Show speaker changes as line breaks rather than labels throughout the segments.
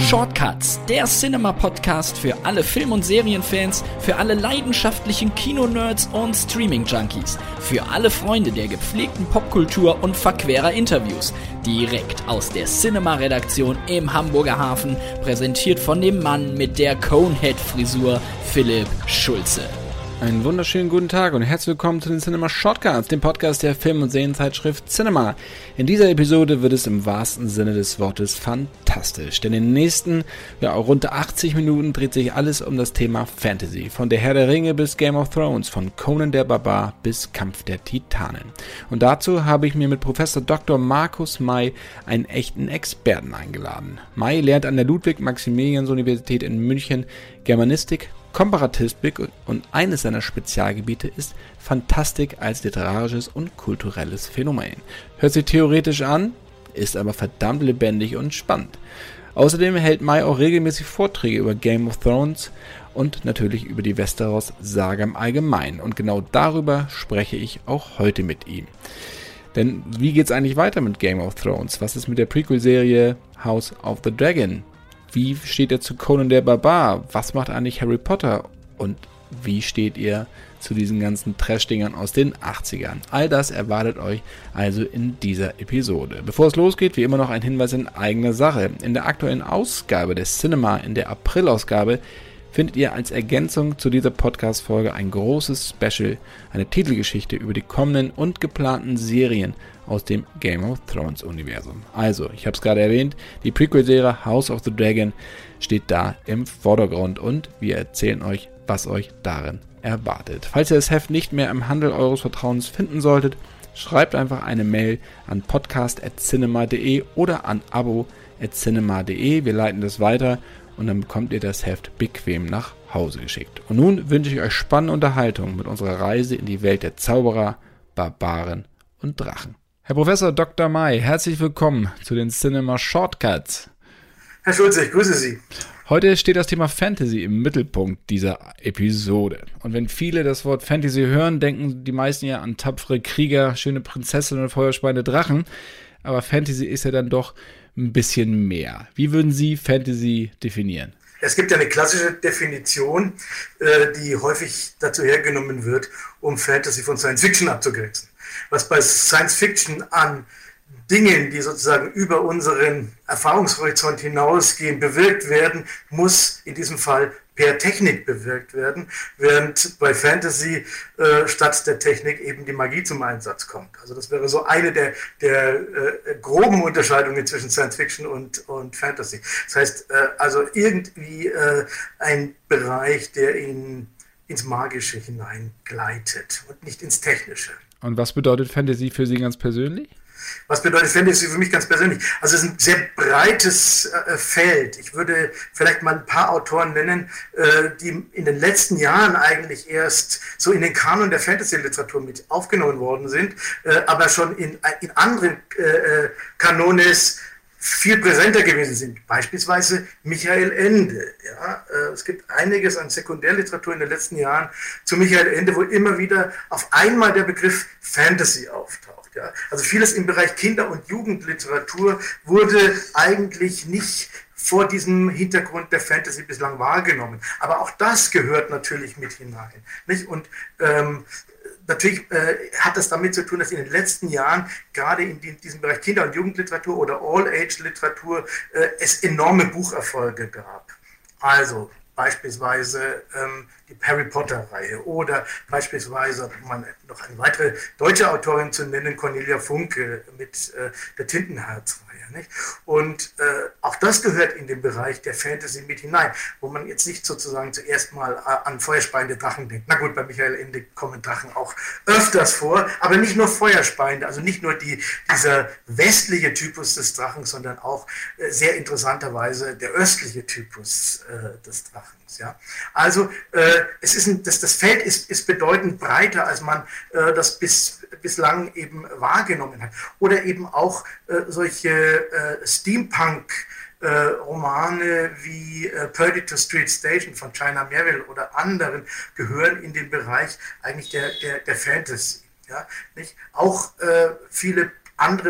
Shortcuts, der Cinema-Podcast für alle Film- und Serienfans, für alle leidenschaftlichen Kino-Nerds und Streaming-Junkies, für alle Freunde der gepflegten Popkultur und verquerer Interviews. Direkt aus der Cinema-Redaktion im Hamburger Hafen, präsentiert von dem Mann mit der Conehead-Frisur, Philipp Schulze.
Einen wunderschönen guten Tag und herzlich willkommen zu den Cinema Shortcuts, dem Podcast der Film- und Serienzeitschrift Cinema. In dieser Episode wird es im wahrsten Sinne des Wortes fantastisch, denn in den nächsten rund 80 Minuten dreht sich alles um das Thema Fantasy. Von der Herr der Ringe bis Game of Thrones, von Conan der Barbar bis Kampf der Titanen. Und dazu habe ich mir mit Professor Dr. Markus May einen echten Experten eingeladen. May lehrt an der Ludwig-Maximilians-Universität in München Germanistik, Komparatistik und eines seiner Spezialgebiete ist Fantastik als literarisches und kulturelles Phänomen. Hört sich theoretisch an, ist aber verdammt lebendig und spannend. Außerdem hält May auch regelmäßig Vorträge über Game of Thrones und natürlich über die Westeros-Saga im Allgemeinen. Und genau darüber spreche ich auch heute mit ihm. Denn wie geht's eigentlich weiter mit Game of Thrones? Was ist mit der Prequel-Serie House of the Dragon? Wie steht ihr zu Conan der Barbar? Was macht eigentlich Harry Potter? Und wie steht ihr zu diesen ganzen Trash-Dingern aus den 80ern? All das erwartet euch also in dieser Episode. Bevor es losgeht, wie immer noch ein Hinweis in eigener Sache. In der aktuellen Ausgabe des Cinema, in der April-Ausgabe, findet ihr als Ergänzung zu dieser Podcast-Folge ein großes Special, eine Titelgeschichte über die kommenden und geplanten Serien aus dem Game of Thrones Universum. Also, ich habe es gerade erwähnt, die Prequel-Serie House of the Dragon steht da im Vordergrund und wir erzählen euch, was euch darin erwartet. Falls ihr das Heft nicht mehr im Handel eures Vertrauens finden solltet, schreibt einfach eine Mail an podcast@cinema.de oder an abo@cinema.de. Wir leiten das weiter und dann bekommt ihr das Heft bequem nach Hause geschickt. Und nun wünsche ich euch spannende Unterhaltung mit unserer Reise in die Welt der Zauberer, Barbaren und Drachen. Herr Professor Dr. May, herzlich willkommen zu den Cinema Shortcuts.
Herr Schulze, ich grüße Sie.
Heute steht das Thema Fantasy im Mittelpunkt dieser Episode. Und wenn viele das Wort Fantasy hören, denken die meisten ja an tapfere Krieger, schöne Prinzessinnen und feuerspeiende Drachen. Aber Fantasy ist ja dann doch ein bisschen mehr. Wie würden Sie Fantasy definieren?
Es gibt ja eine klassische Definition, die häufig dazu hergenommen wird, um Fantasy von Science Fiction abzugrenzen. Was bei Science Fiction an Dingen, die sozusagen über unseren Erfahrungshorizont hinausgehen, bewirkt werden, muss in diesem Fall per Technik bewirkt werden, während bei Fantasy statt der Technik eben die Magie zum Einsatz kommt. Also das wäre so eine der groben Unterscheidungen zwischen Science Fiction und Fantasy. Das heißt, also irgendwie ein Bereich, der ins Magische hineingleitet und nicht ins Technische.
Und was bedeutet Fantasy für Sie ganz persönlich?
Was bedeutet Fantasy für mich ganz persönlich? Also es ist ein sehr breites Feld. Ich würde vielleicht mal ein paar Autoren nennen, die in den letzten Jahren eigentlich erst so in den Kanon der Fantasy-Literatur mit aufgenommen worden sind, aber schon in anderen Kanones viel präsenter gewesen sind. Beispielsweise Michael Ende. Ja, es gibt einiges an Sekundärliteratur in den letzten Jahren zu Michael Ende, wo immer wieder auf einmal der Begriff Fantasy auftaucht. Ja, also vieles im Bereich Kinder- und Jugendliteratur wurde eigentlich nicht vor diesem Hintergrund der Fantasy bislang wahrgenommen. Aber auch das gehört natürlich mit hinein. Nicht? Und natürlich hat das damit zu tun, dass in den letzten Jahren gerade in diesem Bereich Kinder- und Jugendliteratur oder All-Age-Literatur es enorme Bucherfolge gab. Also beispielsweise die Harry Potter-Reihe oder beispielsweise, um noch eine weitere deutsche Autorin zu nennen, Cornelia Funke mit der Tintenherz-Reihe. Nicht? Und auch das gehört in den Bereich der Fantasy mit hinein, wo man jetzt nicht sozusagen zuerst mal an feuerspeiende Drachen denkt. Na gut, bei Michael Ende kommen Drachen auch öfters vor, aber nicht nur feuerspeiende, also nicht nur dieser westliche Typus des Drachen, sondern auch sehr interessanterweise der östliche Typus des Drachens. Ja? Also das Feld ist bedeutend breiter, als man das bislang eben wahrgenommen hat. Oder eben auch solche Steampunk-Romane wie Perdita Street Station von China Merrill oder anderen gehören in den Bereich eigentlich der Fantasy. Ja, nicht? Auch viele andere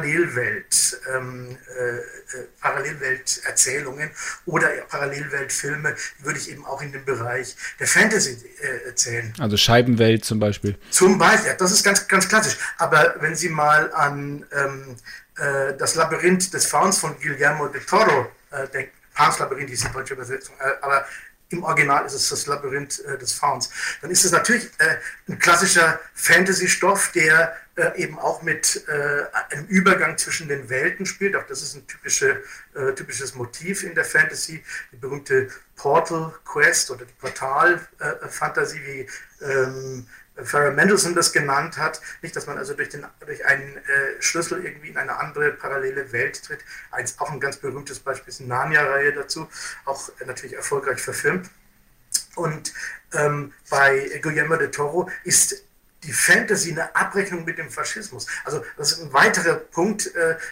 Parallelwelterzählungen oder Parallelweltfilme, die würde ich eben auch in den Bereich der Fantasy zählen.
Also Scheibenwelt zum Beispiel.
Zum Beispiel, ja, das ist ganz, ganz klassisch. Aber wenn Sie mal an das Labyrinth des Fauns von Guillermo del Toro denken, Pans Labyrinth ist die deutsche Übersetzung, aber im Original ist es das Labyrinth des Fauns. Dann ist es natürlich ein klassischer Fantasy-Stoff, der eben auch mit einem Übergang zwischen den Welten spielt. Auch das ist ein typisches Motiv in der Fantasy. Die berühmte Portal Quest oder die Portal-Fantasie, wie Farrah Mendelssohn das genannt hat. Nicht, dass man also durch einen Schlüssel irgendwie in eine andere parallele Welt tritt. Auch ein ganz berühmtes Beispiel ist die Narnia-Reihe dazu, auch natürlich erfolgreich verfilmt. Und bei Guillermo del Toro ist die Fantasy eine Abrechnung mit dem Faschismus. Also das ist ein weiterer Punkt,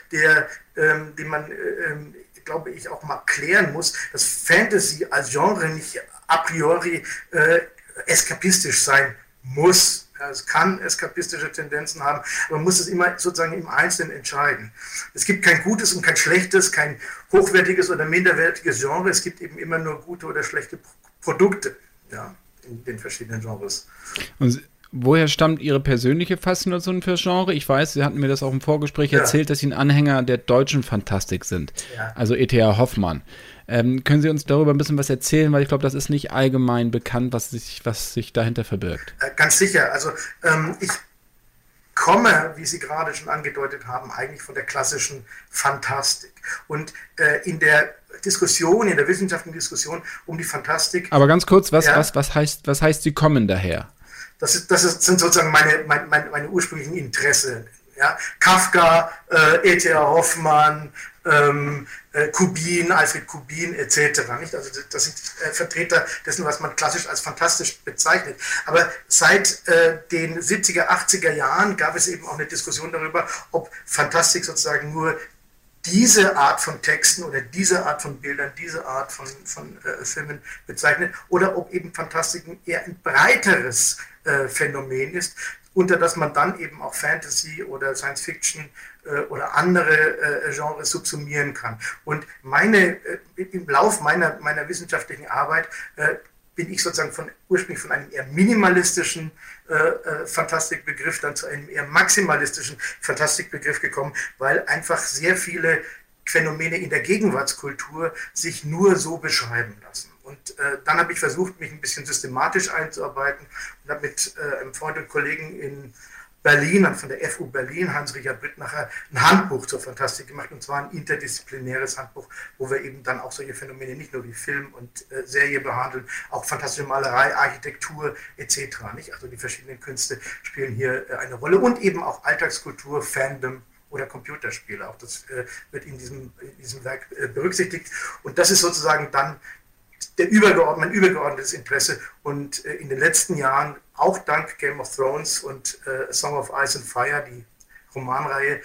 den man, glaube ich, auch mal klären muss, dass Fantasy als Genre nicht a priori eskapistisch sein muss. Es kann eskapistische Tendenzen haben, aber man muss es immer sozusagen im Einzelnen entscheiden. Es gibt kein gutes und kein schlechtes, kein hochwertiges oder minderwertiges Genre. Es gibt eben immer nur gute oder schlechte Produkte, ja, in den verschiedenen Genres.
Und woher stammt Ihre persönliche Faszination fürs Genre? Ich weiß, Sie hatten mir das auch im Vorgespräch erzählt, dass Sie ein Anhänger der deutschen Fantastik sind, also E.T.A. Hoffmann. Können Sie uns darüber ein bisschen was erzählen, weil ich glaube, das ist nicht allgemein bekannt, was sich dahinter verbirgt.
Ganz sicher. Also ich komme, wie Sie gerade schon angedeutet haben, eigentlich von der klassischen Fantastik. Und in der wissenschaftlichen Diskussion um die Fantastik.
Aber ganz kurz, was heißt Sie kommen daher?
Das sind sozusagen meine ursprünglichen Interessen. Ja? Kafka, E.T.A. Hoffmann, Alfred Kubin etc. Nicht? Also das sind Vertreter dessen, was man klassisch als fantastisch bezeichnet. Aber seit den 70er, 80er Jahren gab es eben auch eine Diskussion darüber, ob Fantastik sozusagen nur diese Art von Texten oder diese Art von Bildern, diese Art von Filmen bezeichnet oder ob eben Fantastik eher ein breiteres Phänomen ist, unter das man dann eben auch Fantasy oder Science Fiction oder andere Genres subsumieren kann. Und im Lauf meiner wissenschaftlichen Arbeit bin ich sozusagen ursprünglich von einem eher minimalistischen Fantastikbegriff dann zu einem eher maximalistischen Fantastikbegriff gekommen, weil einfach sehr viele Phänomene in der Gegenwartskultur sich nur so beschreiben lassen. Und dann habe ich versucht, mich ein bisschen systematisch einzuarbeiten und habe mit einem Freund und Kollegen in Berlin, von der FU Berlin, Hans-Richard Brittnacher, ein Handbuch zur Fantastik gemacht, und zwar ein interdisziplinäres Handbuch, wo wir eben dann auch solche Phänomene nicht nur wie Film und Serie behandeln, auch fantastische Malerei, Architektur etc. Nicht? Also die verschiedenen Künste spielen hier eine Rolle und eben auch Alltagskultur, Fandom oder Computerspiele. Auch das wird in diesem Werk berücksichtigt. Und das ist sozusagen dann mein übergeordnetes Interesse, und in den letzten Jahren, auch dank Game of Thrones und A Song of Ice and Fire, die Romanreihe,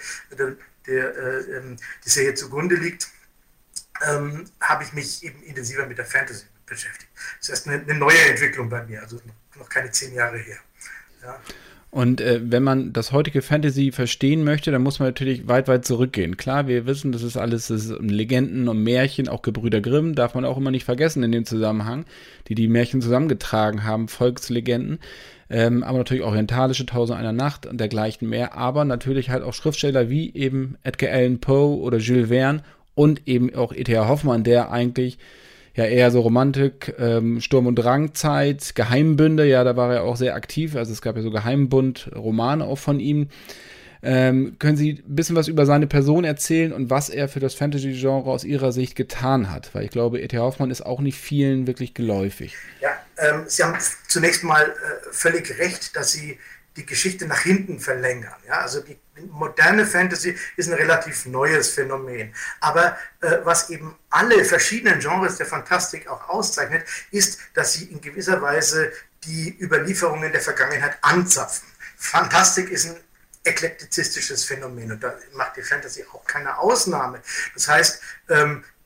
die Serie zugrunde liegt, habe ich mich eben intensiver mit der Fantasy beschäftigt. Das ist erst eine neue Entwicklung bei mir, also noch keine 10 Jahre her. Ja.
Und wenn man das heutige Fantasy verstehen möchte, dann muss man natürlich weit, weit zurückgehen. Klar, wir wissen, das ist Legenden und Märchen, auch Gebrüder Grimm, darf man auch immer nicht vergessen in dem Zusammenhang, die Märchen zusammengetragen haben, Volkslegenden, aber natürlich orientalische Tausend einer Nacht und dergleichen mehr, aber natürlich halt auch Schriftsteller wie eben Edgar Allan Poe oder Jules Verne und eben auch E.T.A. Hoffmann, der eigentlich ja eher so Romantik, Sturm- und Drangzeit, Geheimbünde, ja, da war er auch sehr aktiv, also es gab ja so Geheimbund-Romane auch von ihm. Können Sie ein bisschen was über seine Person erzählen und was er für das Fantasy-Genre aus Ihrer Sicht getan hat? Weil ich glaube, E.T.A. Hoffmann ist auch nicht vielen wirklich geläufig.
Ja, Sie haben zunächst mal völlig recht, dass Sie die Geschichte nach hinten verlängern. Ja? Also die moderne Fantasy ist ein relativ neues Phänomen. Aber was eben alle verschiedenen Genres der Fantastik auch auszeichnet, ist, dass sie in gewisser Weise die Überlieferungen der Vergangenheit anzapfen. Fantastik ist ein eklektizistisches Phänomen und da macht die Fantasy auch keine Ausnahme. Das heißt,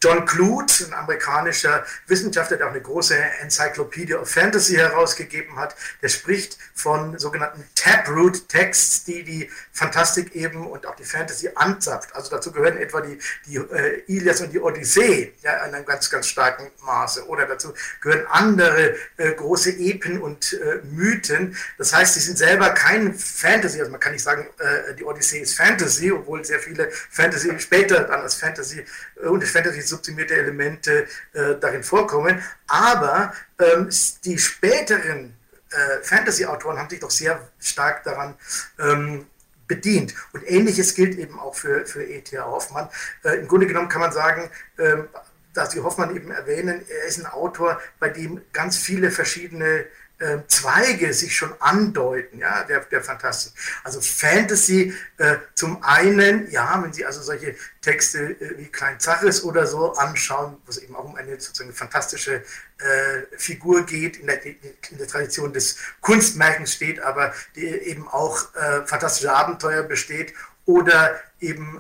John Clute, ein amerikanischer Wissenschaftler, der auch eine große Encyclopedia of Fantasy herausgegeben hat, der spricht von sogenannten Taproot-Texts, die Fantastik eben und auch die Fantasy anzapft. Also dazu gehören etwa die Ilias und die Odyssee, ja, in einem ganz, ganz starken Maße. Oder dazu gehören andere große Epen und Mythen. Das heißt, sie sind selber kein Fantasy. Also man kann nicht sagen, die Odyssee ist Fantasy, obwohl sehr viele Fantasy später dann als Fantasy und Fantasy subsumierte Elemente darin vorkommen. Aber die späteren Fantasy-Autoren haben sich doch sehr stark daran bedient. Und Ähnliches gilt eben auch für E.T.A. Hoffmann. Im Grunde genommen kann man sagen, dass Sie Hoffmann eben erwähnen, er ist ein Autor, bei dem ganz viele verschiedene Zweige sich schon andeuten, ja, der Fantastik. Also Fantasy zum einen, ja, wenn Sie also solche Texte wie Klein Zaches oder so anschauen, wo es eben auch um eine sozusagen fantastische Figur geht, in der Tradition des Kunstmärchens steht, aber die eben auch fantastische Abenteuer besteht, oder eben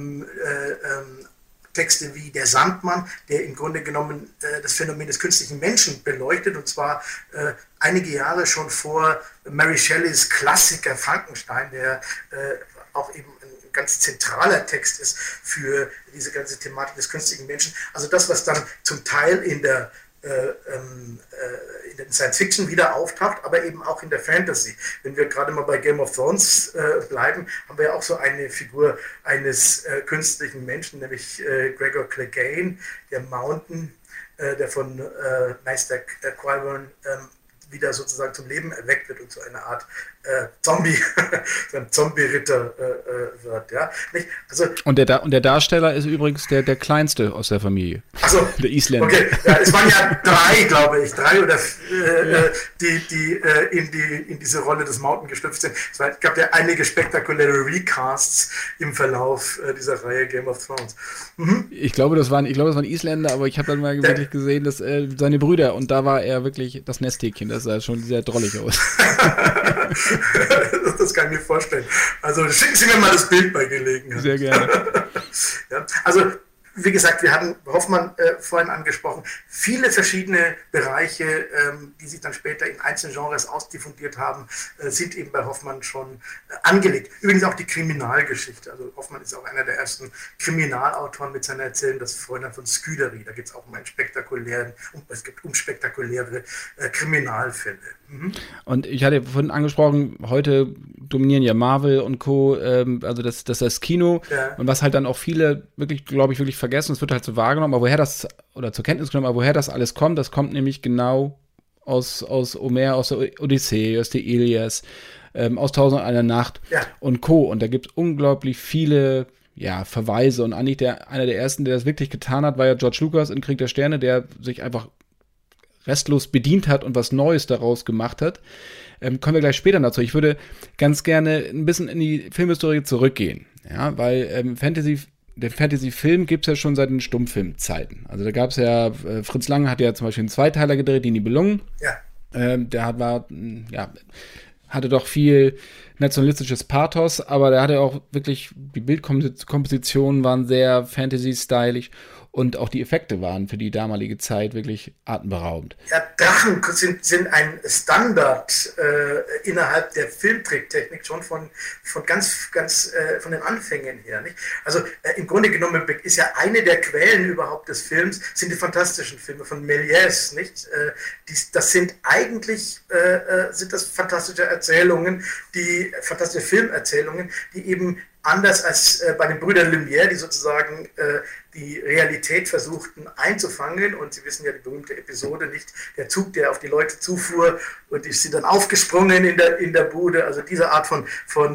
Texte wie Der Sandmann, der im Grunde genommen das Phänomen des künstlichen Menschen beleuchtet, und zwar einige Jahre schon vor Mary Shelleys Klassiker Frankenstein, der auch eben ein ganz zentraler Text ist für diese ganze Thematik des künstlichen Menschen. Also das, was dann zum Teil in der Science Fiction wieder auftaucht, aber eben auch in der Fantasy. Wenn wir gerade mal bei Game of Thrones bleiben, haben wir ja auch so eine Figur eines künstlichen Menschen, nämlich Gregor Clegane, der Mountain, der von Meister Qui-Gon wieder sozusagen zum Leben erweckt wird und zu einer Art Zombie, so ein Zombie-Ritter wird. Ja? Nicht? Also,
und der Darsteller ist übrigens der kleinste aus der Familie.
Also,
der Isländer.
Okay, ja, es waren ja drei oder die in diese Rolle des Mountain geschlüpft sind. Es gab ja einige spektakuläre Recasts im Verlauf dieser Reihe Game of Thrones. Mhm.
Ich glaube, das waren Isländer, aber ich habe dann mal wirklich gesehen, dass seine Brüder, und da war er wirklich das Nesthäkchen, das sah schon sehr drollig aus.
Das kann ich mir vorstellen. Also schicken Sie mir mal das Bild bei Gelegenheit.
Sehr gerne.
Ja, also wie gesagt, wir hatten Hoffmann vorhin angesprochen, viele verschiedene Bereiche, die sich dann später in einzelnen Genres ausdiffundiert haben, sind eben bei Hoffmann schon angelegt. Übrigens auch die Kriminalgeschichte. Also Hoffmann ist auch einer der ersten Kriminalautoren mit seiner Erzählung Das Fräulein von Scuderi. Da geht es auch um es geht um spektakuläre Kriminalfälle. Mhm.
Und ich hatte vorhin angesprochen, heute dominieren ja Marvel und Co., also das Kino, ja. Und was halt dann auch viele wirklich, glaube ich, wirklich vergessen, es wird halt so wahrgenommen, aber zur Kenntnis genommen, aber woher das alles kommt, das kommt nämlich genau aus Homer, aus der Odyssee, aus der Ilias, aus Tausend und einer Nacht, ja. Und Co. Und da gibt es unglaublich viele Verweise, und eigentlich einer der ersten, der das wirklich getan hat, war ja George Lucas in Krieg der Sterne, der sich einfach restlos bedient hat und was Neues daraus gemacht hat. Kommen wir gleich später dazu. Ich würde ganz gerne ein bisschen in die Filmhistorie zurückgehen, ja, weil der Fantasy-Film gibt es ja schon seit den Stummfilmzeiten. Also da gab es ja, Fritz Lange hat ja zum Beispiel einen Zweiteiler gedreht, Die Nibelungen. Ja. Der hatte doch viel nationalistisches Pathos, aber der hatte auch wirklich, die Bildkompositionen waren sehr Fantasy-stylisch. Und auch die Effekte waren für die damalige Zeit wirklich atemberaubend.
Ja, Drachen sind ein Standard innerhalb der Filmtricktechnik schon von ganz von den Anfängen her. Nicht? Also im Grunde genommen ist ja eine der Quellen überhaupt des Films, sind die fantastischen Filme von Méliès. Nicht? Das sind eigentlich sind das fantastische Erzählungen, fantastische Filmerzählungen, die eben anders als bei den Brüdern Lumière, die sozusagen die Realität versuchten einzufangen. Und Sie wissen ja die berühmte Episode, nicht der Zug, der auf die Leute zufuhr und die sind dann aufgesprungen in der Bude. Also diese Art von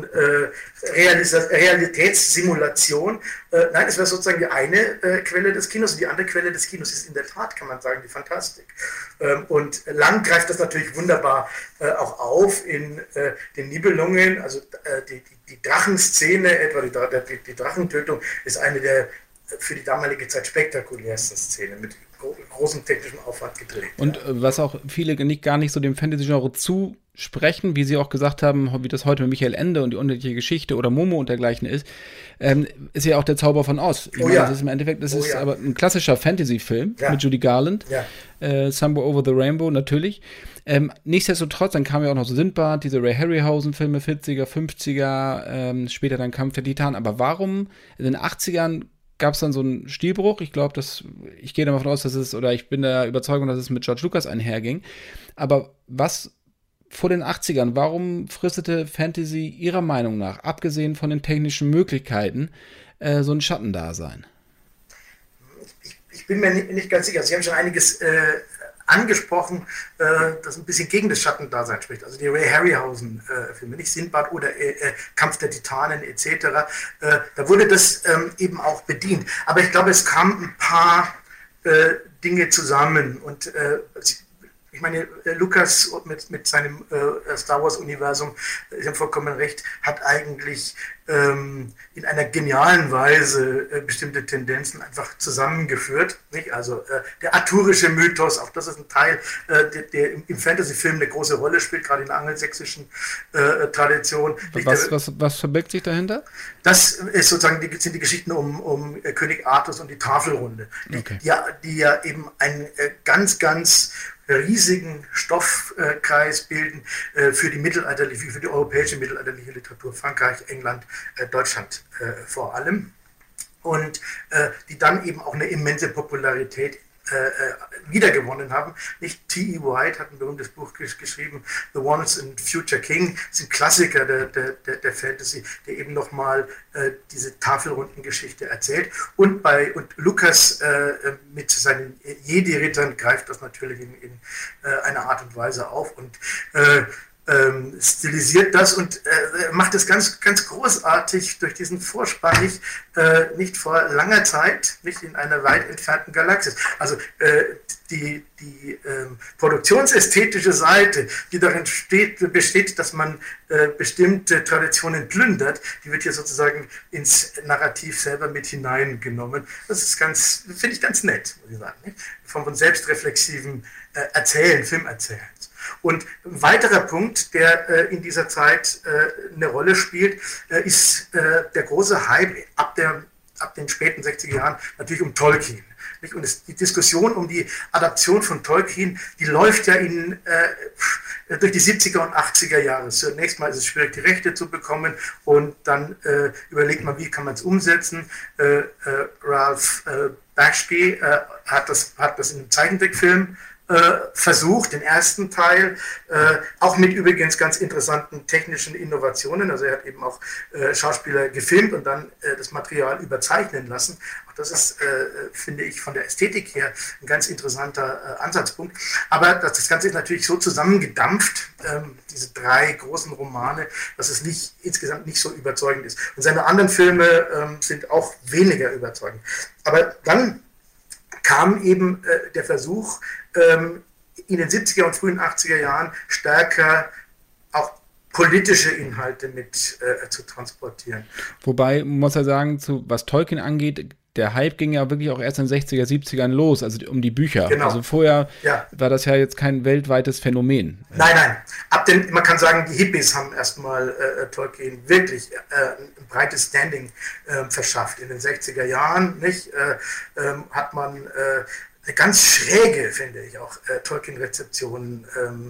Realitätssimulation. Nein, es war sozusagen die eine Quelle des Kinos, und die andere Quelle des Kinos ist in der Tat, kann man sagen, die Fantastik. Und Lang greift das natürlich wunderbar auch auf in den Nibelungen. Also die Drachenszene, etwa die Drachentötung, ist eine der für die damalige Zeit spektakulärsten Szenen mit großem technischen Aufwand gedreht.
Und was auch viele gar nicht so dem Fantasy-Genre zusprechen, wie Sie auch gesagt haben, wie das heute mit Michael Ende und die unendliche Geschichte oder Momo und dergleichen ist ja auch der Zauber von Oz. Ich meine, das ist im Endeffekt, aber ein klassischer Fantasy-Film mit Judy Garland, Somewhere Over the Rainbow natürlich. Nichtsdestotrotz, dann kam ja auch noch so Sindbad, diese Ray Harryhausen-Filme, 40er, 50er, später dann Kampf der Titanen. Aber warum in den 80ern gab es dann so einen Stilbruch? Ich glaube, ich gehe davon aus, ich bin der Überzeugung, dass es mit George Lucas einherging. Aber was vor den 80ern, warum fristete Fantasy Ihrer Meinung nach, abgesehen von den technischen Möglichkeiten, so ein Schattendasein?
Ich bin mir nicht ganz sicher. Sie haben schon einiges angesprochen, das ein bisschen gegen das Schattendasein spricht. Also die Ray Harryhausen-Filme, nicht Sindbad oder Kampf der Titanen etc. Da wurde das eben auch bedient. Aber ich glaube, es kamen ein paar Dinge zusammen und ich meine, Lucas mit seinem Star Wars-Universum, Sie haben vollkommen recht, hat eigentlich in einer genialen Weise bestimmte Tendenzen einfach zusammengeführt. Nicht? Also der arthurische Mythos, auch das ist ein Teil, der im Fantasy-Film eine große Rolle spielt, gerade in der angelsächsischen Tradition.
Was verbirgt sich dahinter?
Das ist sozusagen sind die Geschichten um König Artus und die Tafelrunde, okay. die ja eben ein ganz, ganz riesigen Stoffkreis bilden für die europäische mittelalterliche Literatur, Frankreich, England, Deutschland vor allem. Und die dann eben auch eine immense Popularität wiedergewonnen haben. Nicht T.E. White hat ein berühmtes Buch geschrieben, The Once and Future King, das ist ein Klassiker der Fantasy, der eben nochmal diese Tafelrundengeschichte erzählt. Und Lucas mit seinen Jedi-Rittern greift das natürlich in einer Art und Weise auf und stilisiert das und macht es ganz, ganz großartig durch diesen Vorspann, nicht vor langer Zeit, nicht in einer weit entfernten Galaxis. Also die produktionsästhetische Seite, die darin besteht, dass man bestimmte Traditionen plündert, die wird hier sozusagen ins Narrativ selber mit hineingenommen. Das ist finde ich ganz nett, muss ich sagen, nicht? Von selbstreflexivem Filmerzählen. Und ein weiterer Punkt, der in dieser Zeit eine Rolle spielt, ist der große Hype ab den späten 60er Jahren natürlich um Tolkien. Nicht? Und die Diskussion um die Adaption von Tolkien, die läuft ja durch die 70er und 80er Jahre. Zunächst mal ist es schwierig, die Rechte zu bekommen und dann überlegt man, wie kann man es umsetzen. Ralph Bakshi hat das in einem Zeichentrickfilm versucht, den ersten Teil, auch mit übrigens ganz interessanten technischen Innovationen. Also er hat eben auch Schauspieler gefilmt und dann das Material überzeichnen lassen. Auch das ist, finde ich, von der Ästhetik her ein ganz interessanter Ansatzpunkt. Aber das Ganze ist natürlich so zusammengedampft, diese drei großen Romane, dass es insgesamt nicht so überzeugend ist. Und seine anderen Filme sind auch weniger überzeugend. Aber dann kam eben der Versuch, in den 70er und frühen 80er Jahren stärker auch politische Inhalte mit zu transportieren.
Wobei, muss er sagen, was Tolkien angeht, der Hype ging ja wirklich auch erst in den 60er, 70ern los, also um die Bücher. Genau. Also vorher war das ja jetzt kein weltweites Phänomen.
Nein. Man kann sagen, die Hippies haben erstmal Tolkien wirklich ein breites Standing verschafft. In den 60er Jahren hat man eine ganz schräge, finde ich, auch Tolkien-Rezeption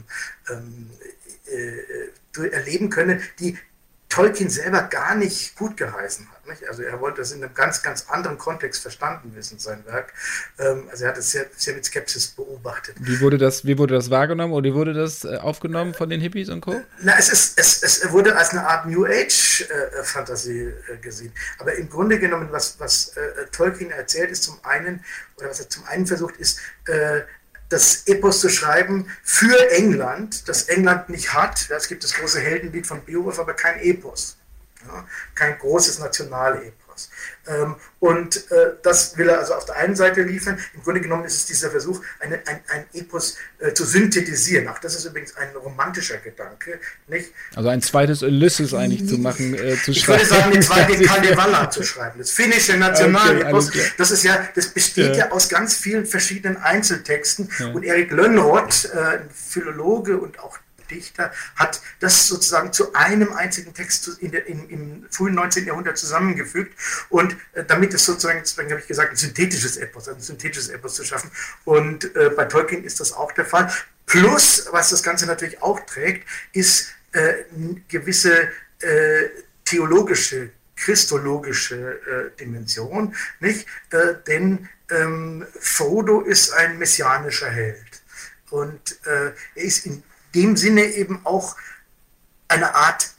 erleben können, die Tolkien selber gar nicht gut geheißen hat. Nicht? Also er wollte das in einem ganz, ganz anderen Kontext verstanden wissen, sein Werk. Also er hat es sehr mit Skepsis beobachtet.
Wie wurde das wahrgenommen oder wie wurde das aufgenommen von den Hippies und Co.?
Es wurde als eine Art New Age-Fantasie gesehen. Aber im Grunde genommen, was Tolkien erzählt, ist was er zum einen versucht, ist, das Epos zu schreiben für England, das England nicht hat. Es gibt das große Heldenlied von Beowulf, aber kein Epos. Ja, kein großes Nationalepos. aus. Das will er also auf der einen Seite liefern. Im Grunde genommen ist es dieser Versuch, ein Epos zu synthetisieren. Auch das ist übrigens ein romantischer Gedanke. Nicht?
Also ein zweites Ulysses eigentlich zu machen, zu
ich
schreiben.
Ich würde sagen, die zweite Kalevala zu schreiben. Das finnische Nationalepos, das besteht ja aus ganz vielen verschiedenen Einzeltexten. Ja. Und Erik Lönnrot, ein Philologe und auch Dichter, hat das sozusagen zu einem einzigen Text im frühen 19. Jahrhundert zusammengefügt und damit es sozusagen, deswegen habe ich gesagt, ein synthetisches Epos zu schaffen. Und bei Tolkien ist das auch der Fall. Plus, was das Ganze natürlich auch trägt, ist gewisse theologische, christologische Dimension, nicht? Denn Frodo ist ein messianischer Held und er ist in dem Sinne eben auch eine Art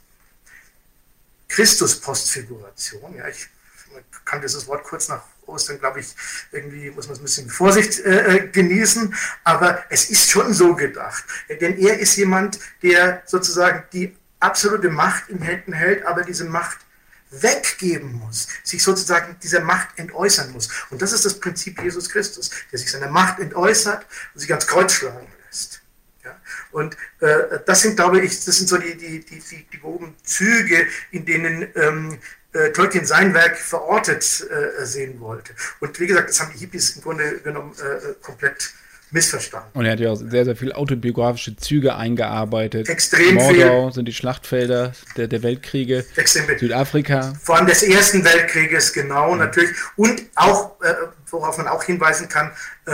Christus-Postfiguration. Ja, ich kann dieses Wort kurz nach Ostern, glaube ich, irgendwie muss man es ein bisschen mit Vorsicht genießen, aber es ist schon so gedacht. Denn er ist jemand, der sozusagen die absolute Macht in Händen hält, aber diese Macht weggeben muss, sich sozusagen dieser Macht entäußern muss. Und das ist das Prinzip Jesus Christus, der sich seiner Macht entäußert und sich ans Kreuz schlagen lässt. Ja? Und das sind, glaube ich, das sind so die groben Züge, in denen Tolkien sein Werk verortet sehen wollte. Und wie gesagt, das haben die Hippies im Grunde genommen komplett missverstanden.
Und er hat ja auch sehr, sehr viele autobiografische Züge eingearbeitet.
Extrem
Mordor
viel.
Sind die Schlachtfelder der Weltkriege.
Extrem viel.
Südafrika.
Vor allem des Ersten Weltkrieges, genau, natürlich. Und auch, worauf man auch hinweisen kann,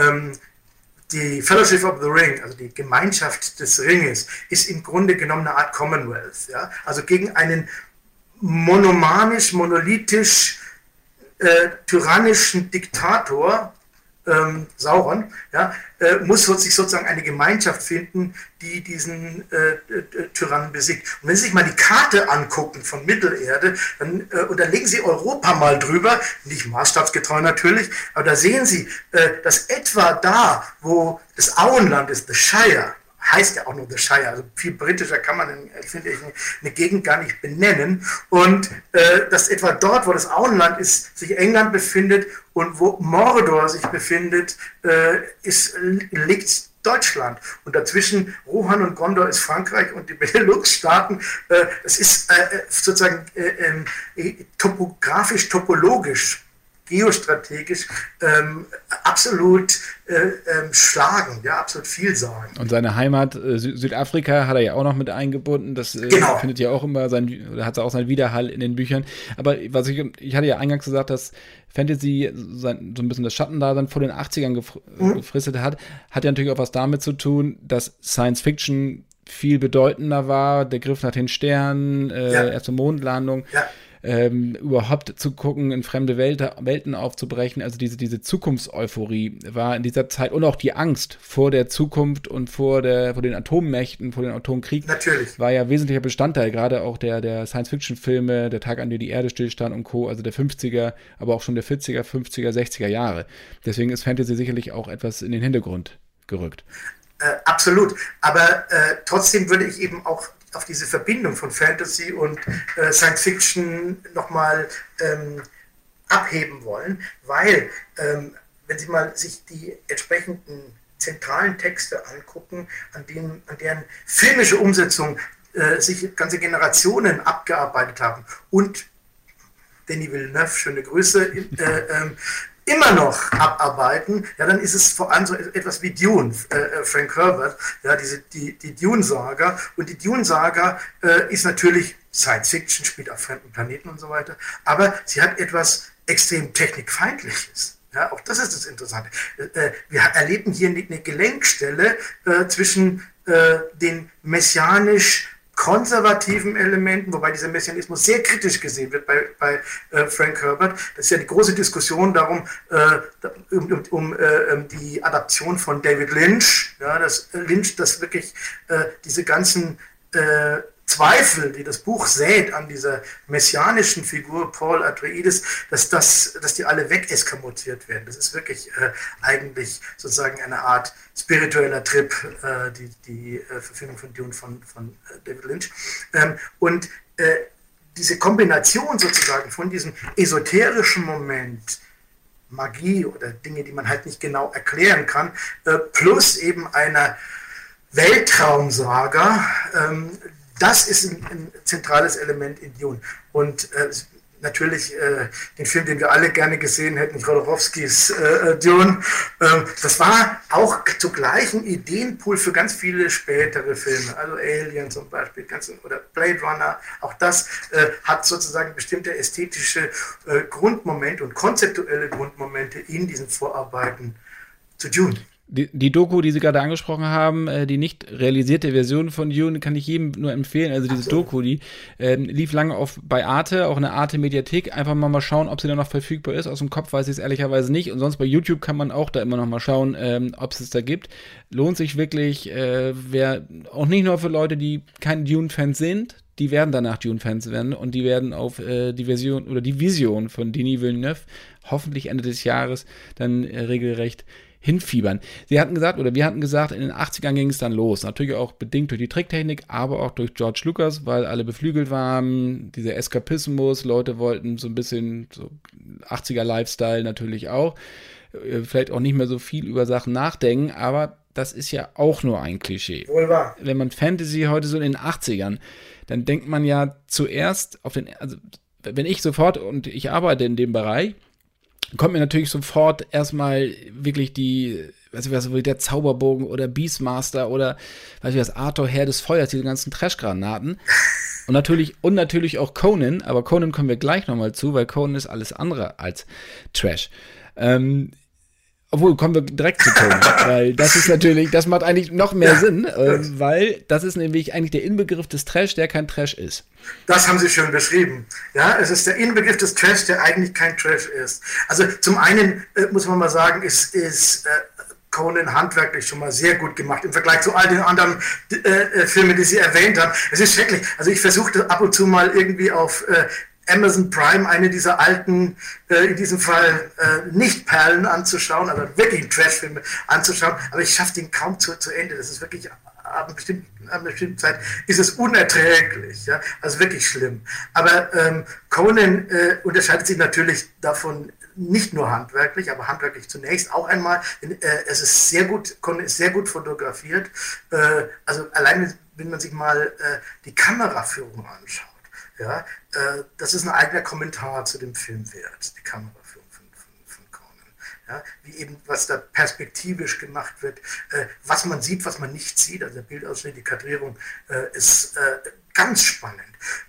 die Fellowship of the Ring, also die Gemeinschaft des Ringes, ist im Grunde genommen eine Art Commonwealth. Ja? Also gegen einen monomanisch, monolithisch, tyrannischen Diktator, Sauron, ja, muss sich sozusagen eine Gemeinschaft finden, die diesen Tyrannen besiegt. Und wenn Sie sich mal die Karte angucken von Mittelerde, und dann legen Sie Europa mal drüber, nicht maßstabsgetreu natürlich, aber da sehen Sie, dass etwa da, wo das Auenland ist, the Shire, heißt ja auch nur The Shire, also viel britischer kann man, finde ich, eine Gegend gar nicht benennen. Und dass etwa dort, wo das Auenland ist, sich England befindet und wo Mordor sich befindet, liegt Deutschland. Und dazwischen Rohan und Gondor ist Frankreich und die Benelux-Staaten. Das ist sozusagen topografisch, topologisch, geostrategisch absolut schlagend, ja, absolut vielsagend.
Und seine Heimat Südafrika hat er ja auch noch mit eingebunden. Das
genau.
Findet ja auch immer hat auch seinen Widerhall in den Büchern. Aber ich hatte ja eingangs gesagt, dass Fantasy so ein bisschen das Schattendasein vor den 80ern gefristet hat ja natürlich auch was damit zu tun, dass Science Fiction viel bedeutender war, der Griff nach den Sternen, erste Mondlandung. Ja. Überhaupt zu gucken, in fremde Welten aufzubrechen, also diese Zukunftseuphorie war in dieser Zeit und auch die Angst vor der Zukunft und vor den Atommächten, vor dem Atomkrieg,
natürlich,
war ja wesentlicher Bestandteil, gerade auch der Science-Fiction-Filme, der Tag, an dem die Erde stillstand und Co., also der 50er, aber auch schon der 40er, 50er, 60er Jahre. Deswegen ist Fantasy sicherlich auch etwas in den Hintergrund gerückt.
Absolut, aber trotzdem würde ich eben auch auf diese Verbindung von Fantasy und Science Fiction nochmal abheben wollen, weil, wenn Sie mal sich die entsprechenden zentralen Texte angucken, an deren filmische Umsetzung sich ganze Generationen abgearbeitet haben und Denis Villeneuve, schöne Grüße, immer noch abarbeiten, ja, dann ist es vor allem so etwas wie Dune, Frank Herbert, ja, die Dune-Saga. Und die Dune-Saga ist natürlich Science Fiction, spielt auf fremden Planeten und so weiter, aber sie hat etwas extrem technikfeindliches. Ja, auch das ist das Interessante. Wir erleben hier eine Gelenkstelle zwischen den messianisch konservativen Elementen, wobei dieser Messianismus sehr kritisch gesehen wird bei Frank Herbert. Das ist ja die große Diskussion darum, um die Adaption von David Lynch, ja, das wirklich diese ganzen Zweifel, die das Buch sät an dieser messianischen Figur Paul Atreides, dass die alle wegeskamotiert werden. Das ist wirklich eigentlich sozusagen eine Art spiritueller Trip, die Verfilmung von Dune von David Lynch. Und diese Kombination sozusagen von diesem esoterischen Moment, Magie oder Dinge, die man halt nicht genau erklären kann, plus eben einer Weltraumsaga, das ist ein zentrales Element in Dune. Und natürlich den Film, den wir alle gerne gesehen hätten, Jodorowskis Dune, das war auch zugleich ein Ideenpool für ganz viele spätere Filme, also Alien zum Beispiel, oder Blade Runner, auch das hat sozusagen bestimmte ästhetische Grundmomente und konzeptuelle Grundmomente in diesen Vorarbeiten zu Dune.
Die Doku, die Sie gerade angesprochen haben, die nicht realisierte Version von Dune, kann ich jedem nur empfehlen. Also diese Doku, die lief lange bei Arte, auch eine Arte-Mediathek. Einfach mal schauen, ob sie da noch verfügbar ist. Aus dem Kopf weiß ich es ehrlicherweise nicht. Und sonst bei YouTube kann man auch da immer noch mal schauen, ob es da gibt. Lohnt sich wirklich, auch nicht nur für Leute, die keine Dune-Fans sind, die werden danach Dune-Fans werden und die werden auf die Version oder die Vision von Denis Villeneuve hoffentlich Ende des Jahres dann regelrecht hinfiebern. Wir hatten gesagt, in den 80ern ging es dann los. Natürlich auch bedingt durch die Tricktechnik, aber auch durch George Lucas, weil alle beflügelt waren, dieser Eskapismus, Leute wollten so ein bisschen so 80er-Lifestyle natürlich auch. Vielleicht auch nicht mehr so viel über Sachen nachdenken, aber das ist ja auch nur ein Klischee.
Wohl wahr.
Wenn man Fantasy heute so in den 80ern, dann denkt man ja zuerst also wenn ich sofort, und ich arbeite in dem Bereich, kommt mir natürlich sofort erstmal wirklich der Zauberbogen oder Beastmaster oder Arthur Herr des Feuers, diese ganzen Trashgranaten. Und natürlich auch Conan, aber Conan kommen wir gleich nochmal zu, weil Conan ist alles andere als Trash. Obwohl, kommen wir direkt zu Conan, weil das macht eigentlich noch mehr Sinn, weil das ist nämlich eigentlich der Inbegriff des Trash, der kein Trash ist.
Das haben Sie schön beschrieben. Ja, es ist der Inbegriff des Trash, der eigentlich kein Trash ist. Also zum einen muss man mal sagen, ist Conan handwerklich schon mal sehr gut gemacht im Vergleich zu all den anderen Filmen, die Sie erwähnt haben. Es ist schrecklich. Also ich versuchte ab und zu mal irgendwie auf Amazon Prime eine dieser alten, in diesem Fall nicht Perlen anzuschauen, aber wirklich Trashfilme anzuschauen, aber ich schaffe den kaum zu Ende. Das ist wirklich, ab einer bestimmten Zeit ist es unerträglich, ja? Also wirklich schlimm. Aber Conan unterscheidet sich natürlich davon nicht nur handwerklich, aber handwerklich zunächst auch einmal. Es ist sehr gut, Conan ist sehr gut fotografiert. Also alleine, wenn man sich mal die Kameraführung anschaut, ja, das ist ein eigener Kommentar zu dem Film wert, die Kameraführung von Conan. Ja, wie eben, was da perspektivisch gemacht wird, was man sieht, was man nicht sieht, also der Bildausschnitt, die Kadrierung ist ganz spannend.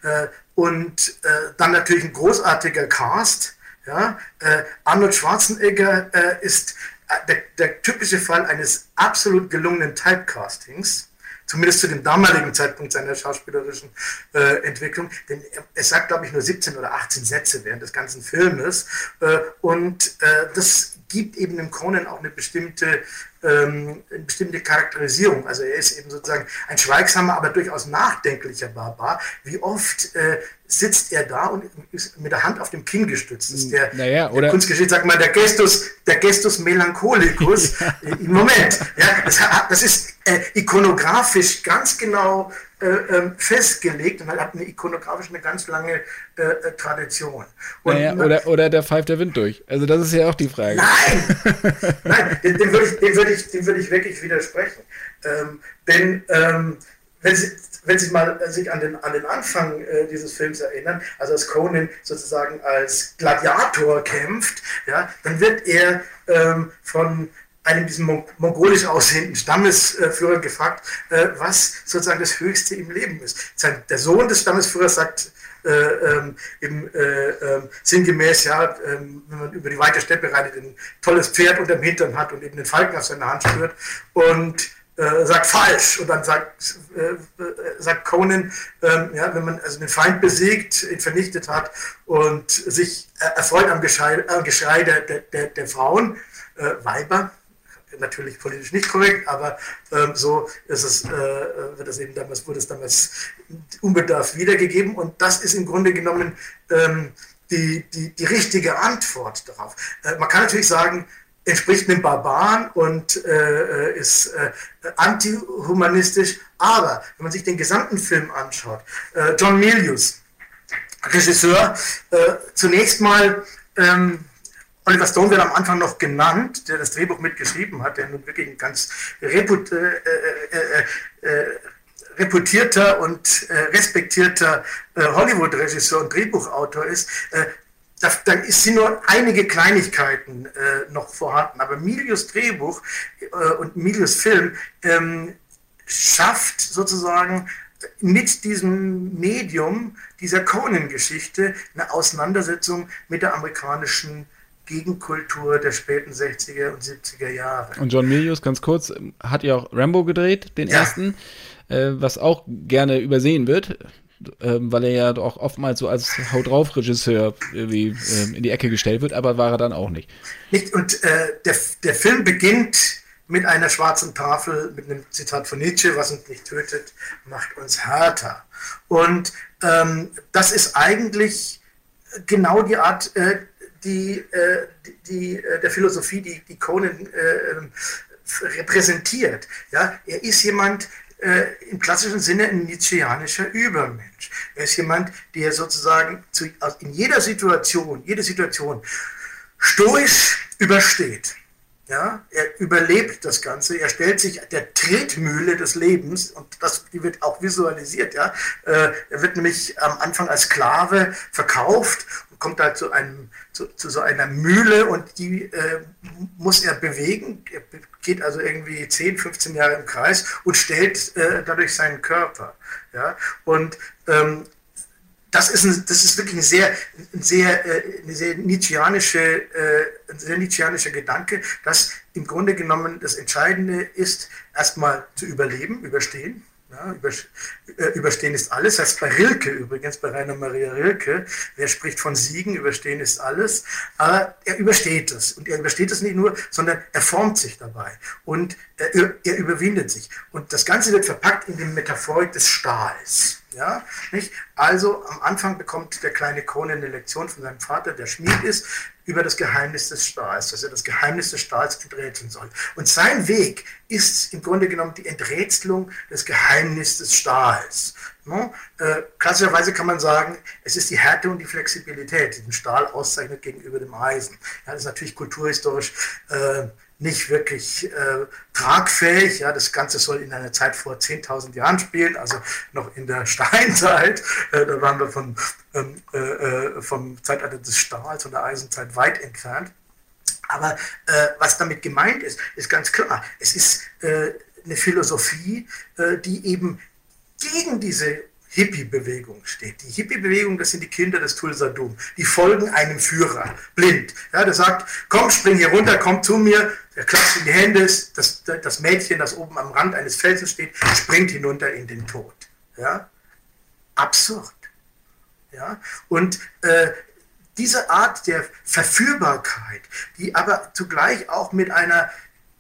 Und dann natürlich ein großartiger Cast. Ja, Arnold Schwarzenegger ist der typische Fall eines absolut gelungenen Typecastings. Zumindest zu dem damaligen Zeitpunkt seiner schauspielerischen Entwicklung. Denn er sagt, glaube ich, nur 17 oder 18 Sätze während des ganzen Filmes. Und das gibt eben dem Conan auch eine bestimmte Charakterisierung. Also er ist eben sozusagen ein schweigsamer, aber durchaus nachdenklicher Barbar. Wie oft sitzt er da und ist mit der Hand auf dem Kinn gestützt. Das ist der Kunstgeschichte, sagt man, der Gestus Melancholicus im Moment. Ja, das ist ikonografisch ganz genau festgelegt und hat ikonografisch eine ganz lange Tradition. Und
oder der pfeift der Wind durch. Also das ist ja auch die Frage.
Nein, dem würde ich wirklich widersprechen. Denn wenn Sie mal sich an den Anfang dieses Films erinnern, also als Conan sozusagen als Gladiator kämpft, ja, dann wird er von einem diesem mongolisch aussehenden Stammesführer gefragt, was sozusagen das Höchste im Leben ist. Der Sohn des Stammesführers sagt sinngemäß, ja, wenn man über die weite Steppe reitet, ein tolles Pferd unterm Hintern hat und eben den Falken auf seiner Hand spürt und sagt falsch. Und dann sagt Conan, ja, wenn man also den Feind besiegt, ihn vernichtet hat und sich erfreut am Geschrei der Frauen, Weiber, natürlich politisch nicht korrekt, aber so ist es, wurde es damals unbedarft wiedergegeben und das ist im Grunde genommen die richtige Antwort darauf. Man kann natürlich sagen, entspricht einem Barbaren und ist antihumanistisch, aber wenn man sich den gesamten Film anschaut, John Milius Regisseur. Zunächst mal Oliver Stone wird am Anfang noch genannt, der das Drehbuch mitgeschrieben hat, der nun wirklich ein ganz reputierter und respektierter Hollywood-Regisseur und Drehbuchautor ist. Da sind nur einige Kleinigkeiten noch vorhanden, aber Milius Drehbuch und Milius Film schafft sozusagen mit diesem Medium dieser Conan-Geschichte eine Auseinandersetzung mit der amerikanischen Gegenkultur der späten 60er und 70er Jahre.
Und John Milius, ganz kurz, hat ja auch Rambo gedreht, den ersten, was auch gerne übersehen wird, weil er ja auch oftmals so als Haut-drauf-Regisseur irgendwie in die Ecke gestellt wird, aber war er dann auch nicht.
Und der Film beginnt mit einer schwarzen Tafel, mit einem Zitat von Nietzsche: Was uns nicht tötet, macht uns härter. Und das ist eigentlich genau die Art der Philosophie, die Conan repräsentiert. Ja? Er ist jemand, im klassischen Sinne ein nietzscheanischer Übermensch. Er ist jemand, der sozusagen in jede Situation stoisch übersteht. Ja, er überlebt das Ganze, er stellt sich der Tretmühle des Lebens, und die wird auch visualisiert. Ja. Er wird nämlich am Anfang als Sklave verkauft und kommt da zu so einer Mühle, und die muss er bewegen. Er geht also irgendwie 10, 15 Jahre im Kreis und stellt dadurch seinen Körper. Ja. Und das ist wirklich ein sehr nietzscheanischer Gedanke, dass im Grunde genommen das Entscheidende ist, erstmal zu überstehen. Ja, überstehen ist alles. Das heißt bei Rilke übrigens, bei Rainer Maria Rilke, wer spricht von Siegen, überstehen ist alles. Aber er übersteht es. Und er übersteht es nicht nur, sondern er formt sich dabei. Und er überwindet sich. Und das Ganze wird verpackt in die Metaphorik des Stahls. Ja, nicht? Also am Anfang bekommt der kleine Conan eine Lektion von seinem Vater, der Schmied ist, über das Geheimnis des Stahls, dass er das Geheimnis des Stahls enträtseln soll. Und sein Weg ist im Grunde genommen die Enträtselung des Geheimnisses des Stahls. No? Klassischerweise kann man sagen, es ist die Härte und die Flexibilität, die den Stahl auszeichnet gegenüber dem Eisen. Ja, das ist natürlich kulturhistorisch nicht wirklich tragfähig. Ja, das Ganze soll in einer Zeit vor 10.000 Jahren spielen, also noch in der Steinzeit. Da waren wir vom Zeitalter des Stahls und der Eisenzeit weit entfernt. Aber was damit gemeint ist, ist ganz klar. Es ist eine Philosophie, die eben gegen diese Hippie-Bewegung steht. Die Hippie-Bewegung, das sind die Kinder des Tulsadum. Die folgen einem Führer, blind. Ja, der sagt, komm, spring hier runter, komm zu mir. Der klatscht in die Hände, das Mädchen, das oben am Rand eines Felsens steht, springt hinunter in den Tod. Ja? Absurd. Ja? Und diese Art der Verführbarkeit, die aber zugleich auch mit einer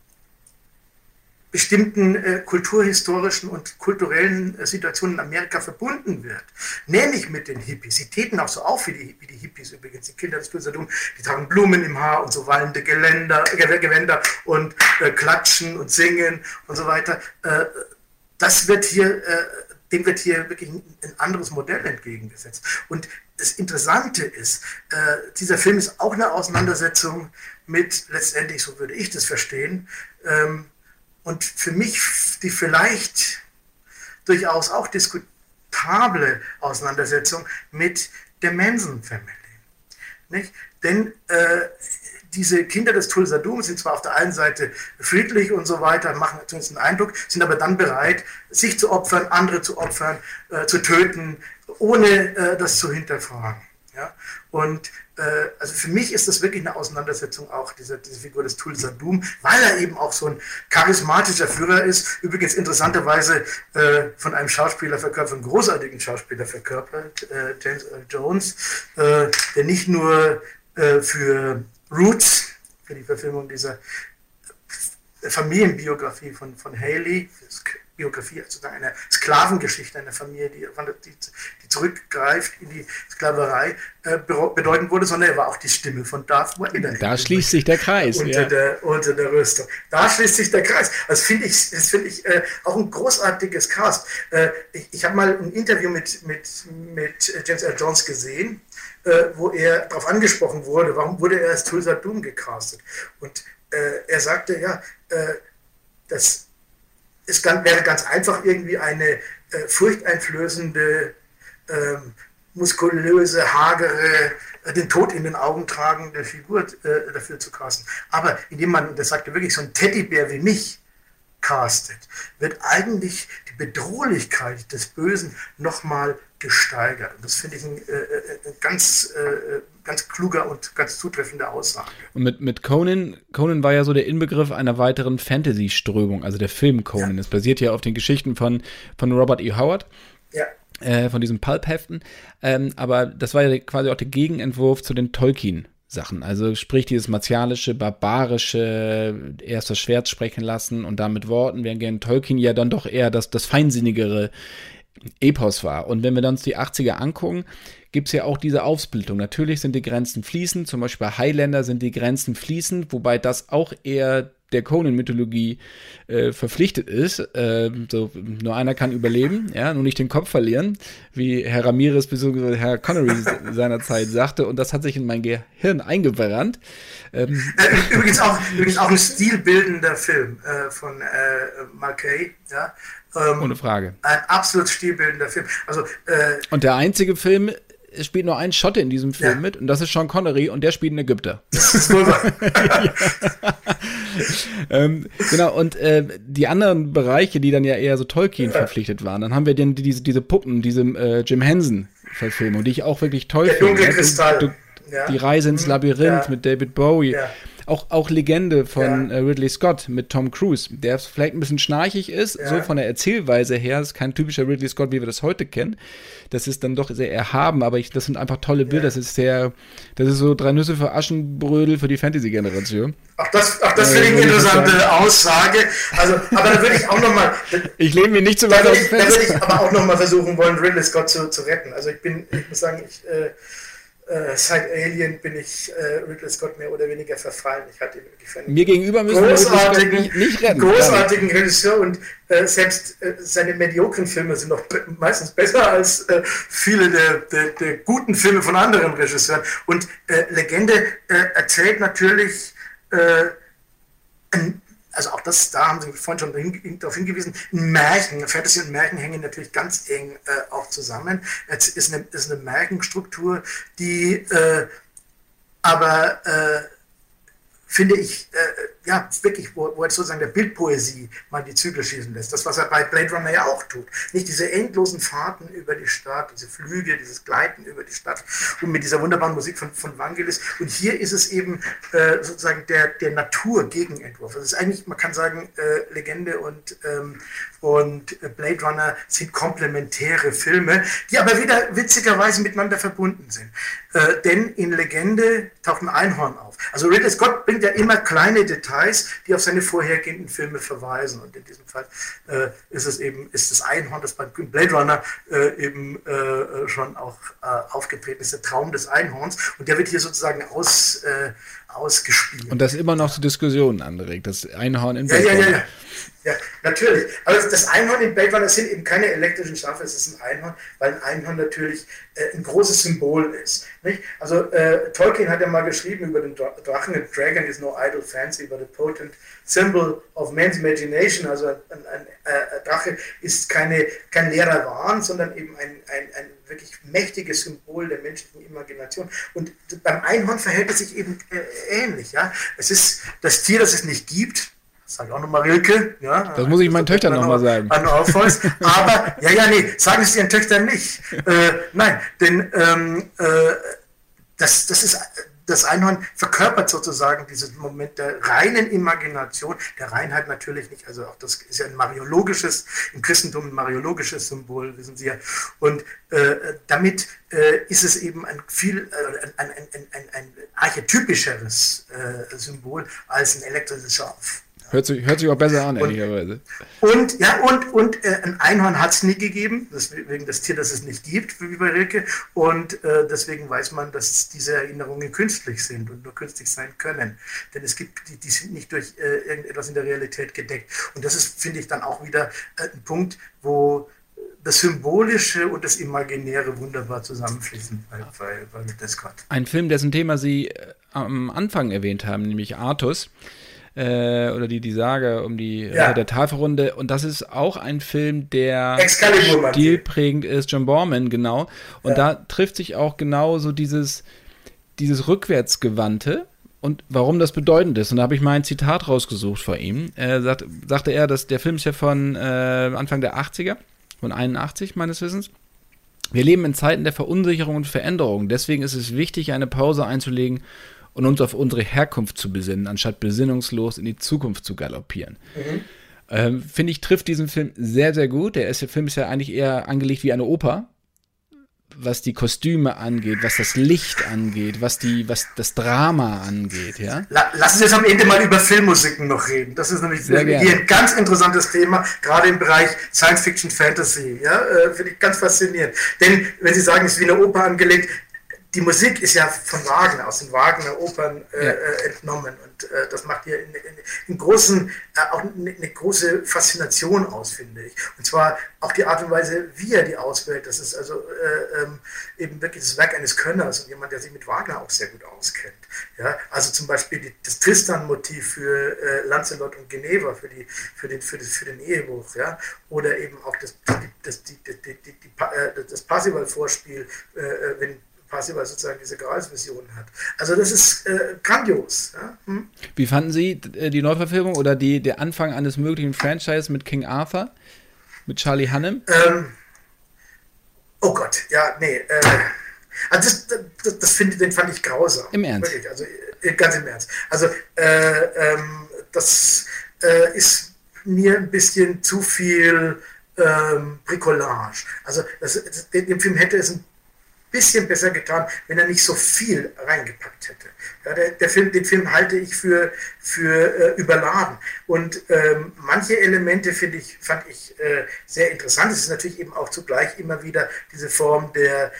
bestimmten kulturhistorischen und kulturellen Situationen in Amerika verbunden wird, nämlich mit den Hippies. Sie treten auch so auf wie die Hippies übrigens, die Kinder des Tulsadum, die tragen Blumen im Haar und so wallende Gewänder und klatschen und singen und so weiter. Dem wird hier wirklich ein anderes Modell entgegengesetzt. Und das Interessante ist, dieser Film ist auch eine Auseinandersetzung mit, letztendlich, so würde ich das verstehen, und für mich die vielleicht durchaus auch diskutable Auseinandersetzung mit der Manson Family. Nicht? Denn diese Kinder des Tulsadum sind zwar auf der einen Seite friedlich und so weiter, machen zumindest einen Eindruck, sind aber dann bereit, sich zu opfern, andere zu opfern, zu töten, ohne das zu hinterfragen. Ja? Und also für mich ist das wirklich eine Auseinandersetzung auch diese Figur des Tulsadum, weil er eben auch so ein charismatischer Führer ist. Übrigens interessanterweise von einem Schauspieler verkörpert, von einem großartigen Schauspieler verkörpert, James Earl Jones, der nicht nur für Roots, für die Verfilmung dieser Familienbiografie von Haley, Biografie, also einer Sklavengeschichte einer Familie, die zurückgreift in die Sklaverei, bedeuten würde, sondern er war auch die Stimme von Darth Vader.
Da schließt sich der Kreis.
Unter der Rüstung. Da schließt sich der Kreis. Das finde ich auch ein großartiges Cast. Ich habe mal ein Interview mit James Earl Jones gesehen, wo er darauf angesprochen wurde, warum wurde er als Tulsa Doom gecastet. Und er sagte, wäre ganz einfach irgendwie eine furchteinflößende, muskulöse, hagere, den Tod in den Augen tragende Figur dafür zu casten. Aber indem man, das sagte wirklich, so ein Teddybär wie mich castet, wird eigentlich die Bedrohlichkeit des Bösen nochmal gesteigert. Und das finde ich ein ganz kluger und ganz zutreffende Aussage.
Und mit Conan war ja so der Inbegriff einer weiteren Fantasy-Strömung, also der Film Conan. Es basiert ja auf den Geschichten von Robert E. Howard.
Ja.
Von diesem Pulp-Heften. Aber das war ja quasi auch der Gegenentwurf zu den Tolkien-Sachen. Also sprich dieses martialische, barbarische, erst das Schwert sprechen lassen und dann mit Worten, während Tolkien ja dann doch eher das feinsinnigere Epos war. Und wenn wir uns die 80er angucken, gibt es ja auch diese Aufsplittung. Natürlich sind die Grenzen fließend, zum Beispiel bei Highlander sind die Grenzen fließend, wobei das auch eher der Conan-Mythologie verpflichtet ist. So, nur einer kann überleben, ja, nur nicht den Kopf verlieren, wie Herr Ramirez bzw. Herr Connery seinerzeit sagte, und das hat sich in mein Gehirn eingebrannt.
Übrigens auch ein stilbildender Film von Marquet, ja.
Ohne Frage.
Ein absolut stilbildender Film. Also,
und der einzige Film, es spielt nur ein Schotte in diesem Film mit, und das ist Sean Connery, und der spielt einen Ägypter.
Das ist wohl wahr.
Genau, und die anderen Bereiche, die dann ja eher so Tolkien verpflichtet waren, dann haben wir dann diese Puppen, diese Jim Henson-Verfilmung, die ich auch wirklich toll finde.
Der dunkle Kristall.
Die Reise ins Labyrinth mit David Bowie.
Ja.
Auch Legende von Ridley Scott mit Tom Cruise, der vielleicht ein bisschen schnarchig ist, so von der Erzählweise her, ist kein typischer Ridley Scott, wie wir das heute kennen. Das ist dann doch sehr erhaben, aber das sind einfach tolle Bilder. Das ist so 3 Nüsse für Aschenbrödel für die Fantasy-Generation.
Auch das finde ich eine interessante Aussage. Also, aber da würde ich auch nochmal.
Ich lehne mich nicht zu weit aus dem Fenster.
Da würde ich aber auch nochmal versuchen wollen, Ridley Scott zu retten. Also ich muss sagen, seit Alien bin ich Ridley Scott mehr oder weniger verfallen. Ich hatte ihn wirklich für einen
mir gegenüber müssen wir nicht retten.
Großartigen Regisseur, und selbst seine mediokren Filme sind noch meistens besser als viele der guten Filme von anderen Regisseuren. Und Legende erzählt natürlich also auch das, da haben Sie vorhin schon darauf hingewiesen, ein Märchen, Fantasy und Märchen hängen natürlich ganz eng auch zusammen. Es ist eine Märchenstruktur, die aber finde ich, wirklich, wo er sozusagen der Bildpoesie mal die Zügel schießen lässt. Das, was er bei Blade Runner ja auch tut. Nicht diese endlosen Fahrten über die Stadt, diese Flüge, dieses Gleiten über die Stadt und mit dieser wunderbaren Musik von Vangelis. Und hier ist es eben sozusagen der Natur-Gegenentwurf. Das ist eigentlich, man kann sagen, Legende und Blade Runner sind komplementäre Filme, die aber wieder witzigerweise miteinander verbunden sind. Denn in Legende taucht ein Einhorn auf. Also Ridley Scott bringt ja immer kleine Details, die auf seine vorhergehenden Filme verweisen. Und in diesem Fall ist das Einhorn, das beim Blade Runner schon auch aufgetreten ist, der Traum des Einhorns. Und der wird hier sozusagen ausgespielt.
Und das immer noch zu Diskussionen anregt, das Einhorn in Blade Runner.
Ja, natürlich. Aber das Einhorn in Blade Runner sind eben keine elektrischen Schafe, es ist ein Einhorn, weil ein Einhorn natürlich ein großes Symbol ist. Nicht? Also Tolkien hat ja mal geschrieben über den Drachen, a dragon is no idle fancy, but a potent symbol of man's imagination. Also ein Drache ist kein leerer Wahn, sondern eben ein wirklich mächtiges Symbol der menschlichen Imagination. Und beim Einhorn verhält es sich eben ähnlich. Ja? Es ist das Tier, das es nicht gibt. Sag auch nochmal Rilke. Ja,
das muss ich meinen Töchtern nochmal sagen.
Aber, sagen es ihren Töchtern nicht. Nein, denn das Einhorn verkörpert sozusagen diesen Moment der reinen Imagination, der Reinheit natürlich nicht, also auch das ist ja im Christentum ein mariologisches Symbol, wissen Sie ja, und damit ist es eben ein archetypischeres Symbol als ein elektrisches Schaf.
Hört sich auch besser an, ehrlicherweise.
Und ein Einhorn hat es nie gegeben, deswegen das Tier, das es nicht gibt, wie bei Rilke. Und deswegen weiß man, dass diese Erinnerungen künstlich sind und nur künstlich sein können. Denn es gibt, die sind nicht durch irgendetwas in der Realität gedeckt. Und das ist, finde ich, dann auch wieder ein Punkt, wo das Symbolische und das Imaginäre wunderbar zusammenfließen bei Ridley Scott.
Ein Film, dessen Thema Sie am Anfang erwähnt haben, nämlich Artus, oder die Sage um die der Tafelrunde. Und das ist auch ein Film, der stilprägend ist, John Boorman, genau. Und da trifft sich auch genau so dieses Rückwärtsgewandte und warum das bedeutend ist. Und da habe ich mal ein Zitat rausgesucht vor ihm. Sagte er, dass der Film ist ja von Anfang der 80er, von 81 meines Wissens. Wir leben in Zeiten der Verunsicherung und Veränderung. Deswegen ist es wichtig, eine Pause einzulegen und uns auf unsere Herkunft zu besinnen, anstatt besinnungslos in die Zukunft zu galoppieren. Finde ich, trifft diesen Film sehr, sehr gut. Der Film ist ja eigentlich eher angelegt wie eine Oper, was die Kostüme angeht, was das Licht angeht, was das Drama angeht, ja.
Lassen Sie uns am Ende mal über Filmmusiken noch reden. Das ist nämlich hier ein ganz interessantes Thema, gerade im Bereich Science Fiction, Fantasy, ja, finde ich ganz faszinierend. Denn, wenn Sie sagen, es ist wie eine Oper angelegt, die Musik ist ja von Wagner, aus den Wagner-Opern entnommen und das macht hier in großen, auch eine große Faszination aus, finde ich. Und zwar auch die Art und Weise, wie er die auswählt. Das ist also eben wirklich das Werk eines Könners und jemand, der sich mit Wagner auch sehr gut auskennt. Ja? Also zum Beispiel das Tristan-Motiv für Lancelot und Geneva, für den Ehebruch, ja? Oder eben auch das Parzival-Vorspiel, wenn Parzival sozusagen diese Gralsvision hat. Also das ist grandios. Ja?
Wie fanden Sie die Neuverfilmung oder der Anfang eines möglichen Franchise mit King Arthur, mit Charlie Hunnam?
Oh Gott, ja, nee. Also den fand ich grausam.
Im Ernst?
Wirklich, also ganz im Ernst. Also das ist mir ein bisschen zu viel Bricolage. Also dem Film hätte es ein bisschen besser getan, wenn er nicht so viel reingepackt hätte. Ja, den Film halte ich für überladen. Und manche Elemente fand ich sehr interessant. Es ist natürlich eben auch zugleich immer wieder diese Form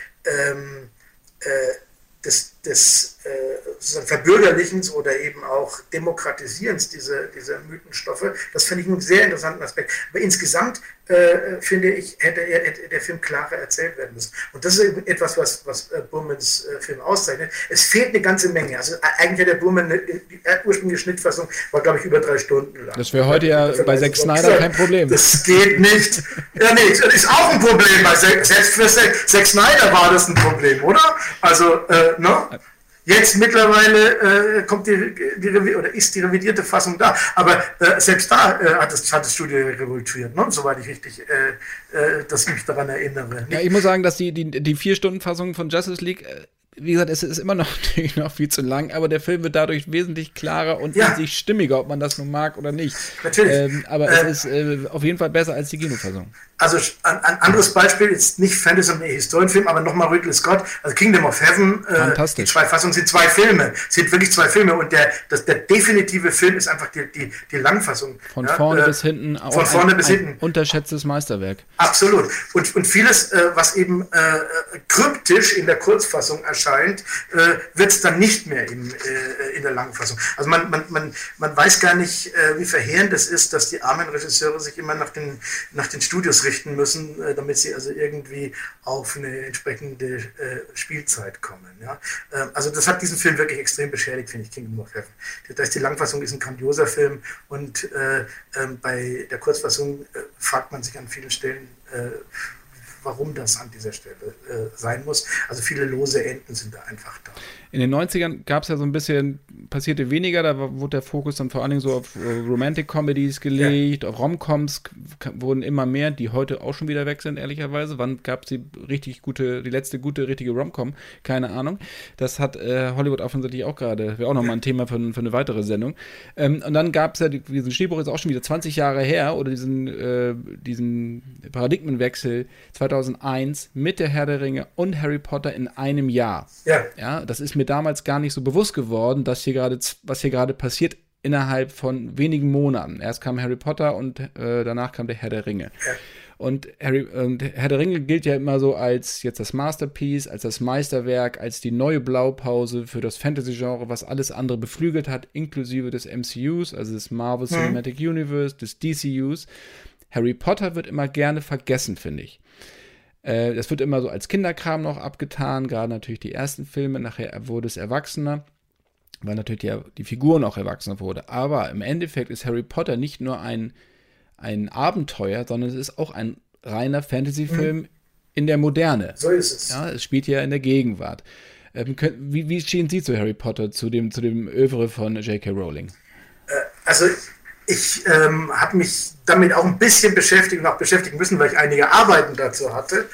des Verbürgerlichens oder eben auch Demokratisierens dieser Mythenstoffe. Das finde ich einen sehr interessanten Aspekt. Aber insgesamt finde ich, hätte der Film klarer erzählt werden müssen. Und das ist etwas, was Boormans Film auszeichnet. Es fehlt eine ganze Menge. Also eigentlich hat der Boorman, die ursprüngliche Schnittfassung war, glaube ich, über 3 Stunden lang.
Das wäre heute ja bei Zack Snyder kein Problem.
Das geht nicht. Ja, nee, das ist auch ein Problem. Selbst für Zack Snyder war das ein Problem, oder? Also, ne? Jetzt mittlerweile ist die revidierte Fassung da, aber selbst da hat das Studio revoltiert, ne? Soweit ich richtig, dass ich mich daran erinnere.
Ja, ich muss sagen, dass die 4-Stunden-Fassung von Justice League, wie gesagt, es ist immer noch viel zu lang, aber der Film wird dadurch wesentlich klarer und in sich stimmiger, ob man das nun mag oder nicht.
Natürlich.
Aber es ist auf jeden Fall besser als die Kinofassung.
Also ein anderes Beispiel, jetzt nicht Fantasy- und Historienfilm, aber nochmal Ridley Scott, also Kingdom of Heaven, die 2 Fassungen sind 2 Filme, sind wirklich 2 Filme und der definitive Film ist einfach die Langfassung.
Von vorne bis hinten, auch ein unterschätztes Meisterwerk.
Absolut. Und vieles, was eben kryptisch in der Kurzfassung erscheint, wird es dann nicht mehr in der Langfassung. Also man weiß gar nicht, wie verheerend es ist, dass die armen Regisseure sich immer nach den Studios richten müssen, damit sie also irgendwie auf eine entsprechende Spielzeit kommen. Ja? Also das hat diesen Film wirklich extrem beschädigt, finde ich, Kingdom of Heaven. Da ist die Langfassung ist ein grandioser Film und bei der Kurzfassung fragt man sich an vielen Stellen, warum das an dieser Stelle sein muss. Also viele lose Enden sind da einfach da.
In den 90ern gab es ja so ein bisschen, passierte weniger, da wurde der Fokus dann vor allen Dingen so auf Romantic Comedies gelegt, auf Rom-Coms wurden immer mehr, die heute auch schon wieder weg sind, ehrlicherweise. Wann gab es die letzte gute, richtige Rom-Com? Keine Ahnung. Das hat Hollywood offensichtlich auch gerade, wäre auch nochmal ein Thema für eine weitere Sendung. Und dann gab es ja, diesen Stilbruch ist auch schon wieder 20 Jahre her, oder diesen Paradigmenwechsel 2001 mit der Herr der Ringe und Harry Potter in einem Jahr. Ja, das ist mir damals gar nicht so bewusst geworden, dass was hier gerade passiert innerhalb von wenigen Monaten. Erst kam Harry Potter und danach kam der Herr der Ringe.
Ja.
Und Herr der Ringe gilt ja immer so als jetzt das Masterpiece, als das Meisterwerk, als die neue Blaupause für das Fantasy-Genre, was alles andere beflügelt hat, inklusive des MCUs, also des Marvel Cinematic Universe, des DCUs. Harry Potter wird immer gerne vergessen, finde ich. Das wird immer so als Kinderkram noch abgetan, gerade natürlich die ersten Filme, nachher wurde es erwachsener, weil natürlich die Figuren auch erwachsener wurde. Aber im Endeffekt ist Harry Potter nicht nur ein Abenteuer, sondern es ist auch ein reiner Fantasy-Film in der Moderne.
So ist es.
Ja, es spielt ja in der Gegenwart. Wie stehen Sie zu Harry Potter, zu dem Övre von J.K. Rowling?
Also ich habe mich damit auch ein bisschen beschäftigt und auch beschäftigen müssen, weil ich einige Arbeiten dazu hatte.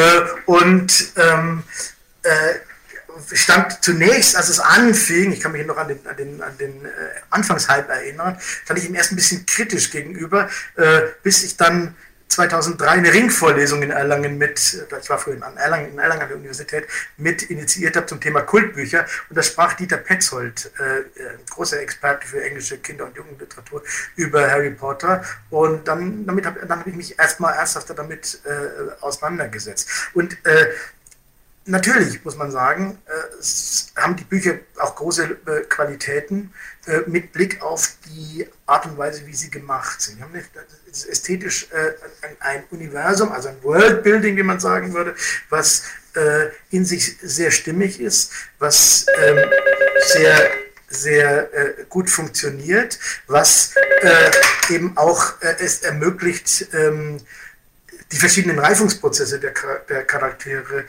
Stand zunächst, als es anfing, ich kann mich noch an den Anfangshype erinnern, stand ich ihm erst ein bisschen kritisch gegenüber, bis ich dann 2003 eine Ringvorlesung in Erlangen ich war früher in Erlangen an der Universität, mit initiiert habe zum Thema Kultbücher. Und da sprach Dieter Petzold, großer Experte für englische Kinder- und Jugendliteratur, über Harry Potter. Und dann hab ich mich erstmal ernsthafter damit auseinandergesetzt. Und natürlich, muss man sagen, haben die Bücher auch große Qualitäten mit Blick auf die Art und Weise, wie sie gemacht sind. Sie haben ästhetisch ein Universum, also ein Worldbuilding, wie man sagen würde, was in sich sehr stimmig ist, was sehr, sehr gut funktioniert, was eben auch es ermöglicht, die verschiedenen Reifungsprozesse der Charaktere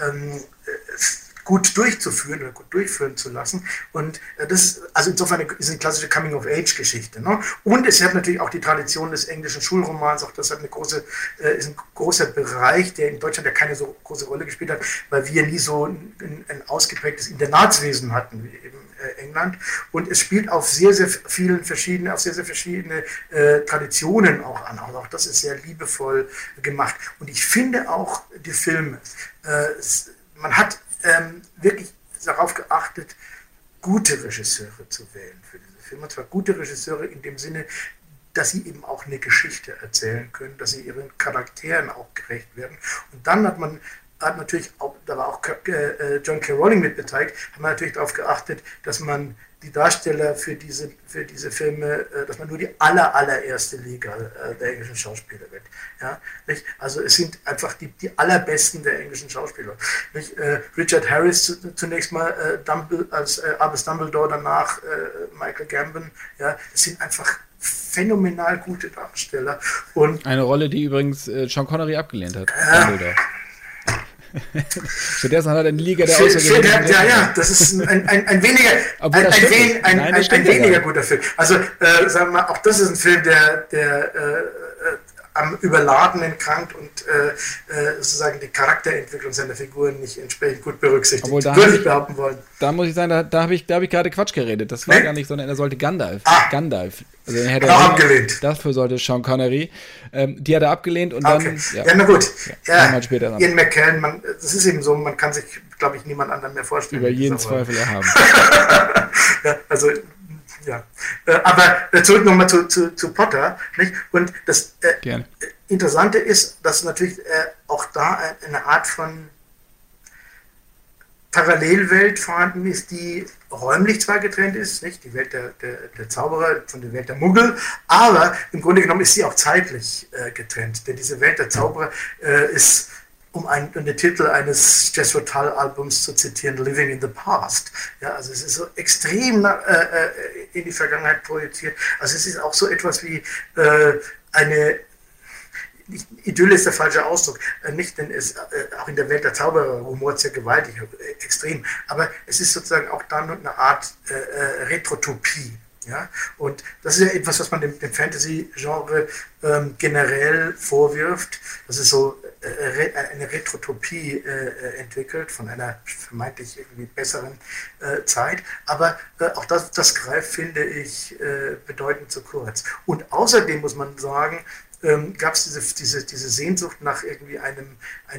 gut durchzuführen oder gut durchführen zu lassen. Und das ist, also insofern ist eine klassische Coming-of-Age-Geschichte. Ne? Und es hat natürlich auch die Tradition des englischen Schulromans, auch das hat ist ein großer Bereich, der in Deutschland ja keine so große Rolle gespielt hat, weil wir nie so ein ausgeprägtes Internatswesen hatten wie eben England. Und es spielt auf sehr, sehr verschiedene Traditionen auch an. Also auch das ist sehr liebevoll gemacht. Und ich finde auch die Filme, man hat wirklich darauf geachtet, gute Regisseure zu wählen für diese Filme. Und zwar gute Regisseure in dem Sinne, dass sie eben auch eine Geschichte erzählen können, dass sie ihren Charakteren auch gerecht werden. Und dann hat natürlich auch, da war auch John K. Rowling mit beteiligt, hat man natürlich darauf geachtet, dass man die Darsteller für diese Filme, dass man nur die allererste Liga der englischen Schauspieler wird. Ja, nicht? Also es sind einfach die allerbesten der englischen Schauspieler. Nicht? Richard Harris zunächst mal als Albus Dumbledore, danach Michael Gambon. Ja, das sind einfach phänomenal gute Darsteller. Und
eine Rolle, die übrigens Sean Connery abgelehnt hat. Dumbledore. Stattdessen hat er in die Liga der Außergewöhnlichen.
Ja, das ist ein weniger guter Film. Also, sagen wir mal, auch das ist ein Film, der am Überladenen krankt und sozusagen die Charakterentwicklung seiner Figuren nicht entsprechend gut berücksichtigt. Würde ich behaupten wollen.
Da muss ich sagen, da habe ich gerade Quatsch geredet. Das war gar nicht, sondern er sollte Gandalf. Also den hätte
er abgelehnt.
Dafür sollte Sean Connery. Die hat er abgelehnt und dann.
Okay. Ja, na gut.
Ja, später dann.
Ian McKellen, das ist eben so, man kann sich, glaube ich, niemand anderen mehr vorstellen.
Über jeden Zweifel erhaben.
Ja, also. Ja, aber zurück nochmal zu Potter. Nicht? Und das Interessante ist, dass natürlich auch da eine Art von Parallelwelt vorhanden ist, die räumlich zwar getrennt ist, nicht die Welt der Zauberer von der Welt der Muggel, aber im Grunde genommen ist sie auch zeitlich getrennt. Denn diese Welt der Zauberer ist, um den Titel eines Jethro Tull-Albums zu zitieren, Living in the Past. Ja, also es ist so extrem in die Vergangenheit projiziert. Also es ist auch so etwas wie eine Idylle ist der falsche Ausdruck, nicht, denn es auch in der Welt der Zauberer rumort ja gewaltig, extrem, aber es ist sozusagen auch dann eine Art Retrotopie. Ja? Und das ist ja etwas, was man dem Fantasy-Genre generell vorwirft, dass es so eine Retrotopie entwickelt von einer vermeintlich irgendwie besseren Zeit, aber auch das greift, finde ich, bedeutend zu kurz. Und außerdem muss man sagen, gab es diese Sehnsucht nach irgendwie einer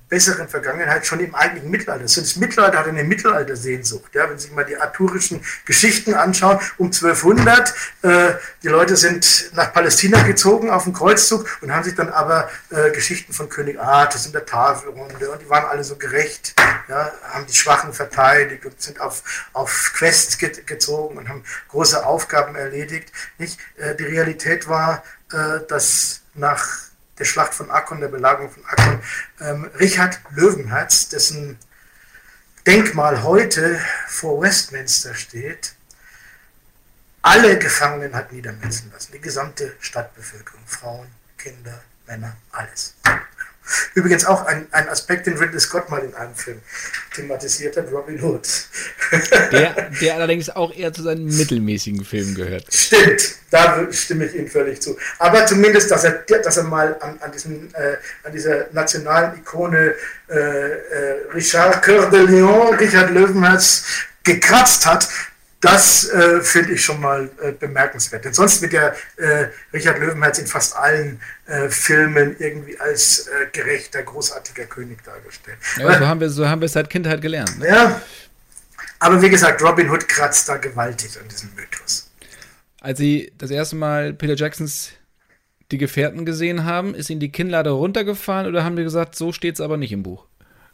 besseren Vergangenheit schon im eigentlichen Mittelalter. Das Mittelalter hat eine Mittelaltersehnsucht. Ja? Wenn Sie sich mal die arthurischen Geschichten anschauen, um 1200, die Leute sind nach Palästina gezogen auf den Kreuzzug und haben sich dann aber Geschichten von König Artus in der Tafelrunde, und die waren alle so gerecht, ja? Haben die Schwachen verteidigt und sind auf Quests gezogen und haben große Aufgaben erledigt. Nicht? Die Realität war, dass nach der Schlacht von Akkon, der Belagerung von Akkon, Richard Löwenherz, dessen Denkmal heute vor Westminster steht, alle Gefangenen hat niedermetzeln lassen. Die gesamte Stadtbevölkerung, Frauen, Kinder, Männer, alles. Übrigens auch ein Aspekt, den Ridley Scott mal in einem Film thematisiert hat, Robin Hood.
Der allerdings auch eher zu seinen mittelmäßigen Filmen gehört.
Stimmt, da stimme ich Ihnen völlig zu. Aber zumindest, dass er mal an dieser nationalen Ikone Richard Coeur de Lion, Richard Löwenherz, gekratzt hat, das finde ich schon mal bemerkenswert. Denn sonst wird ja Richard Löwenherz in fast allen Filmen irgendwie als gerechter, großartiger König dargestellt.
Ja, so haben wir es seit Kindheit gelernt. Ne?
Ja, aber wie gesagt, Robin Hood kratzt da gewaltig an diesem Mythos.
Als Sie das erste Mal Peter Jacksons Die Gefährten gesehen haben, ist Ihnen die Kinnlade runtergefallen oder haben Sie gesagt, so steht es aber nicht im Buch?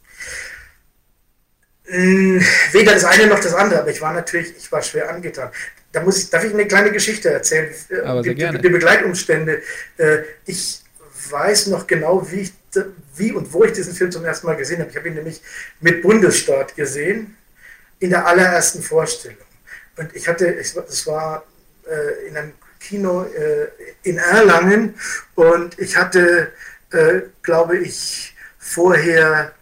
Weder das eine noch das andere, aber ich war schwer angetan. Darf ich eine kleine Geschichte erzählen?
Aber sehr gerne.
Die Begleitumstände. Ich weiß noch genau, wie und wo ich diesen Film zum ersten Mal gesehen habe. Ich habe ihn nämlich mit Bundesstaat gesehen, in der allerersten Vorstellung. Und es war in einem Kino in Erlangen, und ich hatte, glaube ich, vorher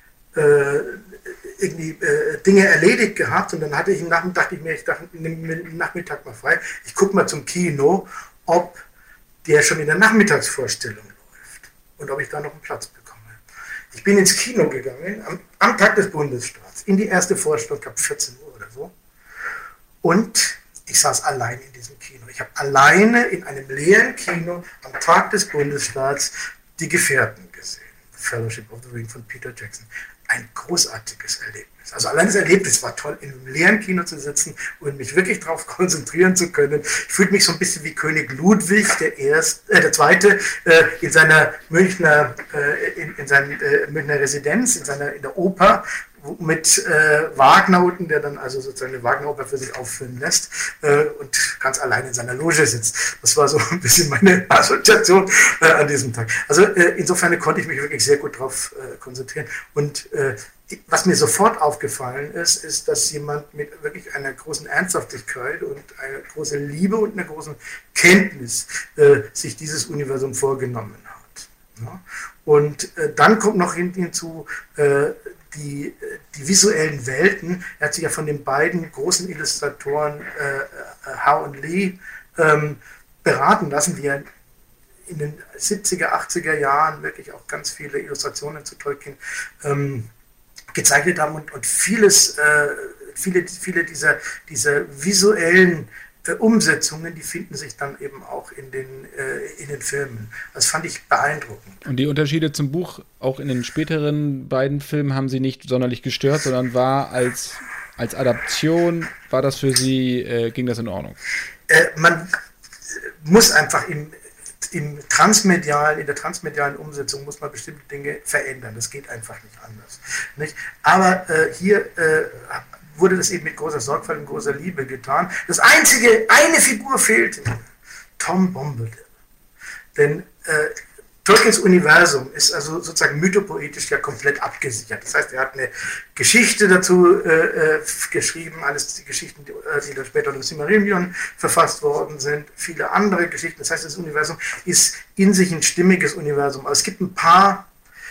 irgendwie Dinge erledigt gehabt, und dann dachte ich nehme den Nachmittag mal frei. Ich gucke mal zum Kino, ob der schon in der Nachmittagsvorstellung läuft und ob ich da noch einen Platz bekomme. Ich bin ins Kino gegangen, am Tag des Bundesstaats, in die erste Vorstellung, ich glaube 14 Uhr oder so, und ich saß allein in diesem Kino. Ich habe alleine in einem leeren Kino am Tag des Bundesstaats Die Gefährten gesehen. Fellowship of the Ring von Peter Jackson. Ein großartiges Erlebnis. Also allein das Erlebnis war toll, in einem leeren Kino zu sitzen und mich wirklich darauf konzentrieren zu können. Ich fühlte mich so ein bisschen wie König Ludwig der Zweite in seiner Münchner Münchner Residenz, in der Oper, mit Wagner unten, der dann also sozusagen eine Wagner-Oper für sich aufführen lässt und ganz allein in seiner Loge sitzt. Das war so ein bisschen meine Assoziation an diesem Tag. Also insofern konnte ich mich wirklich sehr gut darauf konzentrieren. Und was mir sofort aufgefallen ist, dass jemand mit wirklich einer großen Ernsthaftigkeit und einer großen Liebe und einer großen Kenntnis sich dieses Universum vorgenommen hat. Ja? Und dann kommt noch hinzu, die visuellen Welten. Er hat sich ja von den beiden großen Illustratoren Howe und Lee beraten lassen, die ja in den 70er, 80er Jahren wirklich auch ganz viele Illustrationen zu Tolkien gezeichnet haben, und viele dieser visuellen Umsetzungen, die finden sich dann eben auch in den Filmen. Das fand ich beeindruckend.
Und die Unterschiede zum Buch, auch in den späteren beiden Filmen, haben Sie nicht sonderlich gestört, sondern war als Adaption, war das für Sie, ging das in Ordnung?
Man muss einfach in der transmedialen Umsetzung muss man bestimmte Dinge verändern. Das geht einfach nicht anders. Nicht? Aber hier wurde das eben mit großer Sorgfalt und großer Liebe getan. Eine Figur fehlte, Tom Bombadil. Denn Tolkiens Universum ist also sozusagen mythopoetisch ja komplett abgesichert. Das heißt, er hat eine Geschichte dazu geschrieben, alles die Geschichten, die dann später im Silmarillion verfasst worden sind, viele andere Geschichten. Das heißt, das Universum ist in sich ein stimmiges Universum. Aber es gibt ein paar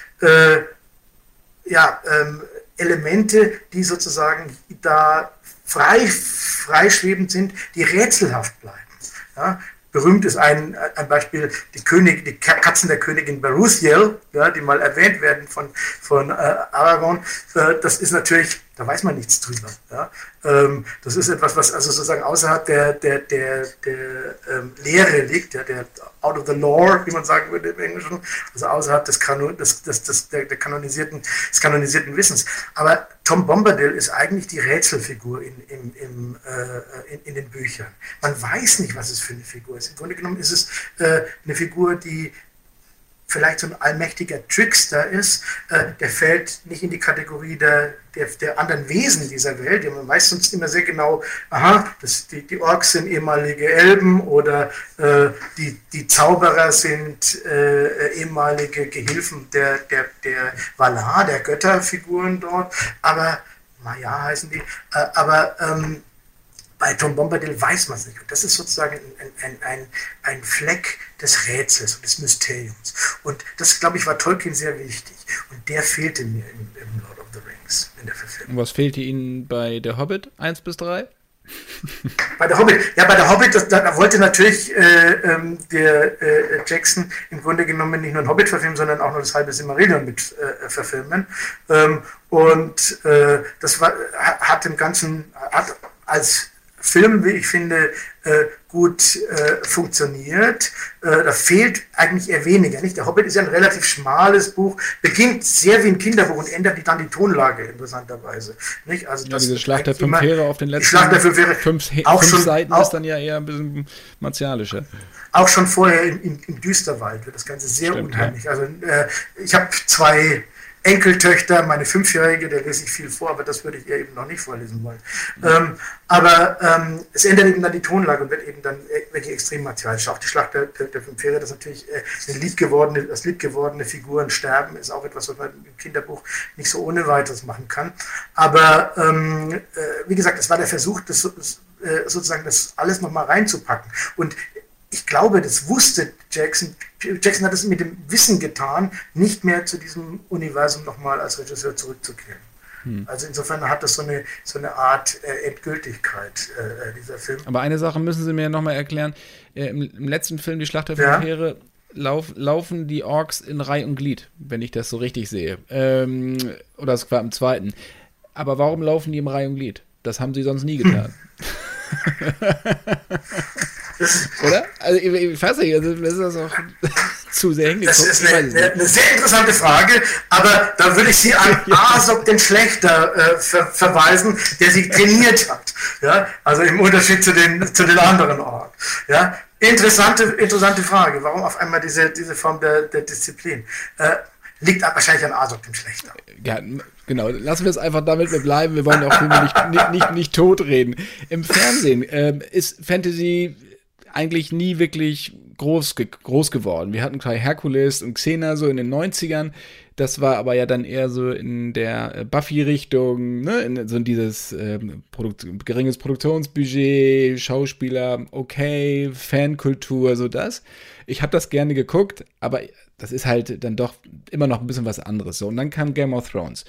Elemente, die sozusagen da freischwebend sind, die rätselhaft bleiben. Ja? Berühmt ist ein Beispiel, die Katzen der Königin Baruthiel, ja, die mal erwähnt werden von Aragorn. Das ist natürlich Da weiß man nichts drüber. Ja? Das ist etwas, was also sozusagen außerhalb der Lehre liegt, ja, der out of the lore, wie man sagen würde im Englischen, also außerhalb des kanonisierten Wissens. Aber Tom Bombadil ist eigentlich die Rätselfigur in den Büchern. Man weiß nicht, was es für eine Figur ist. Im Grunde genommen ist es eine Figur, die vielleicht so ein allmächtiger Trickster ist, der fällt nicht in die Kategorie der anderen Wesen dieser Welt. Die haben meistens immer sehr genau, die Orks sind ehemalige Elben oder die Zauberer sind ehemalige Gehilfen der Valar, der Götterfiguren dort, aber Maya heißen die, bei Tom Bombadil weiß man es nicht. Und das ist sozusagen ein Fleck des Rätsels und des Mysteriums. Und das, glaube ich, war Tolkien sehr wichtig. Und der fehlte mir im Lord of the Rings, in der Verfilmung.
Und was fehlte Ihnen bei Der Hobbit 1 bis 3?
Bei der Hobbit, da wollte natürlich der Jackson im Grunde genommen nicht nur einen Hobbit verfilmen, sondern auch noch das halbe Silmarillion mit verfilmen. Das hat dem Ganzen, als Film, wie ich finde, gut funktioniert. Da fehlt eigentlich eher weniger. Nicht? Der Hobbit ist ja ein relativ schmales Buch, beginnt sehr wie ein Kinderbuch und ändert dann die Tonlage interessanterweise. Nicht? Also
ja, diese Schlacht der fünf Heere auf den letzten fünf Seiten ist dann ja eher ein bisschen martialischer.
Auch schon vorher im Düsterwald wird das Ganze sehr unheimlich. Ja. Also ich habe 2 Enkeltöchter, meine 5-Jährige, der lese ich viel vor, aber das würde ich ihr eben noch nicht vorlesen wollen. Es ändert eben dann die Tonlage und wird eben dann wirklich extrem martialisch. Auch die Schlacht der 5 Heere, das natürlich das Lied gewordene Figuren sterben, ist auch etwas, was man im Kinderbuch nicht so ohne weiteres machen kann. Aber wie gesagt, es war der Versuch, sozusagen das alles nochmal reinzupacken. Und ich glaube, das wusste Jackson. Jackson hat es mit dem Wissen getan, nicht mehr zu diesem Universum nochmal als Regisseur zurückzukehren. Also insofern hat das so eine Art Endgültigkeit, dieser Film.
Aber eine Sache müssen Sie mir nochmal erklären. Im letzten Film, die Schlacht der fünf Heere, laufen die Orks in Reih und Glied, wenn ich das so richtig sehe. Oder es war im zweiten. Aber warum laufen die im Reih und Glied? Das haben sie sonst nie getan. Oder? Also ich weiß nicht, das ist das auch zu sehr hingeguckt.
Das ist eine sehr interessante Frage, aber da würde ich Sie an Aesop den Schlächter verweisen, der sie trainiert hat. Ja? Also im Unterschied zu den anderen Orten. Ja? Interessante Frage. Warum auf einmal diese Form der Disziplin? Liegt wahrscheinlich an Aesop dem Schlächter.
Ja, genau. Lassen wir es einfach damit bleiben. Wir wollen auch Filme nicht totreden. Im Fernsehen ist Fantasy eigentlich nie wirklich groß geworden. Wir hatten klar Herkules und Xena so in den 90ern. Das war aber ja dann eher so in der Buffy-Richtung, ne? In so dieses geringes Produktionsbudget, Schauspieler, okay, Fankultur, so das. Ich habe das gerne geguckt, aber das ist halt dann doch immer noch ein bisschen was anderes. So. Und dann kam Game of Thrones.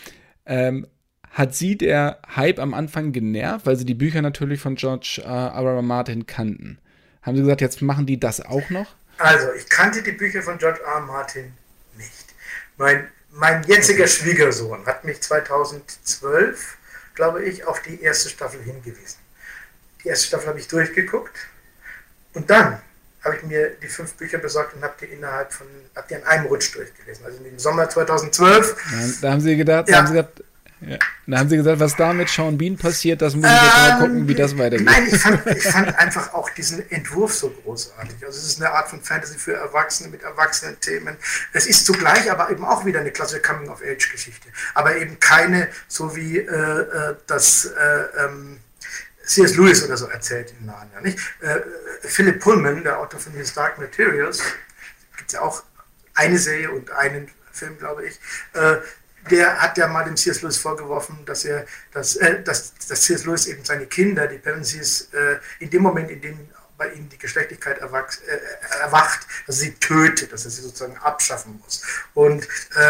Hat Sie der Hype am Anfang genervt, weil Sie die Bücher natürlich von George R. R. Martin kannten? Haben Sie gesagt, jetzt machen die das auch noch?
Also, ich kannte die Bücher von George R. R. Martin nicht. Mein jetziger Schwiegersohn hat mich 2012, glaube ich, auf die erste Staffel hingewiesen. Die erste Staffel habe ich durchgeguckt und dann habe ich mir die 5 Bücher besorgt und habe die an einem Rutsch durchgelesen. Also im Sommer 2012.
Ja, da haben Sie gedacht, da haben Sie gesagt, was da mit Sean Bean passiert, das muss ich jetzt mal gucken, wie das weitergeht.
Nein, ich fand einfach auch diesen Entwurf so großartig. Also es ist eine Art von Fantasy für Erwachsene mit erwachsenen Themen. Es ist zugleich aber eben auch wieder eine klassische Coming-of-Age-Geschichte. Aber eben keine, so wie das C.S. Lewis oder so erzählt in Narnia. Nicht? Philip Pullman, der Autor von His Dark Materials, gibt es ja auch eine Serie und einen Film, glaube ich, der hat ja mal dem C.S. Lewis vorgeworfen, dass C.S. Lewis eben seine Kinder, die Pensies, in dem Moment, in dem bei ihnen die Geschlechtlichkeit erwacht, dass sie tötet, dass er sie sozusagen abschaffen muss. Und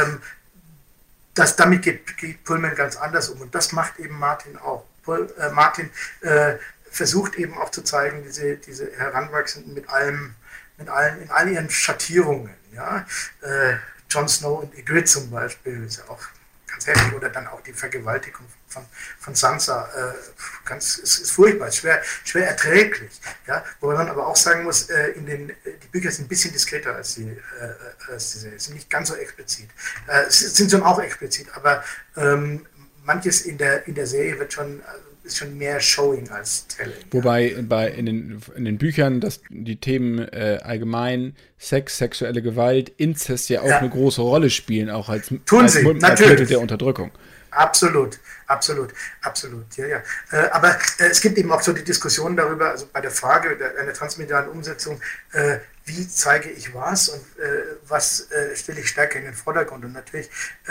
damit geht Pullman ganz anders um. Und das macht eben Martin auch. Martin versucht eben auch zu zeigen, diese Heranwachsenden in all ihren Schattierungen. Ja? Jon Snow und Ygritte zum Beispiel ist ja auch ganz heftig. Oder dann auch die Vergewaltigung von Sansa, ist furchtbar, schwer erträglich. Ja? Wobei man aber auch sagen muss, die Bücher sind ein bisschen diskreter als die Serie, sind nicht ganz so explizit. Sind schon auch explizit, aber manches in der Serie ist schon mehr Showing als Telling.
Wobei in den Büchern die Themen allgemein Sex, sexuelle Gewalt, Inzest ja auch eine große Rolle spielen, auch als Mittel der Unterdrückung.
Absolut. Ja. Aber es gibt eben auch so die Diskussion darüber, also bei der Frage einer transmedialen Umsetzung, wie zeige ich was und was stelle ich stärker in den Vordergrund. Und natürlich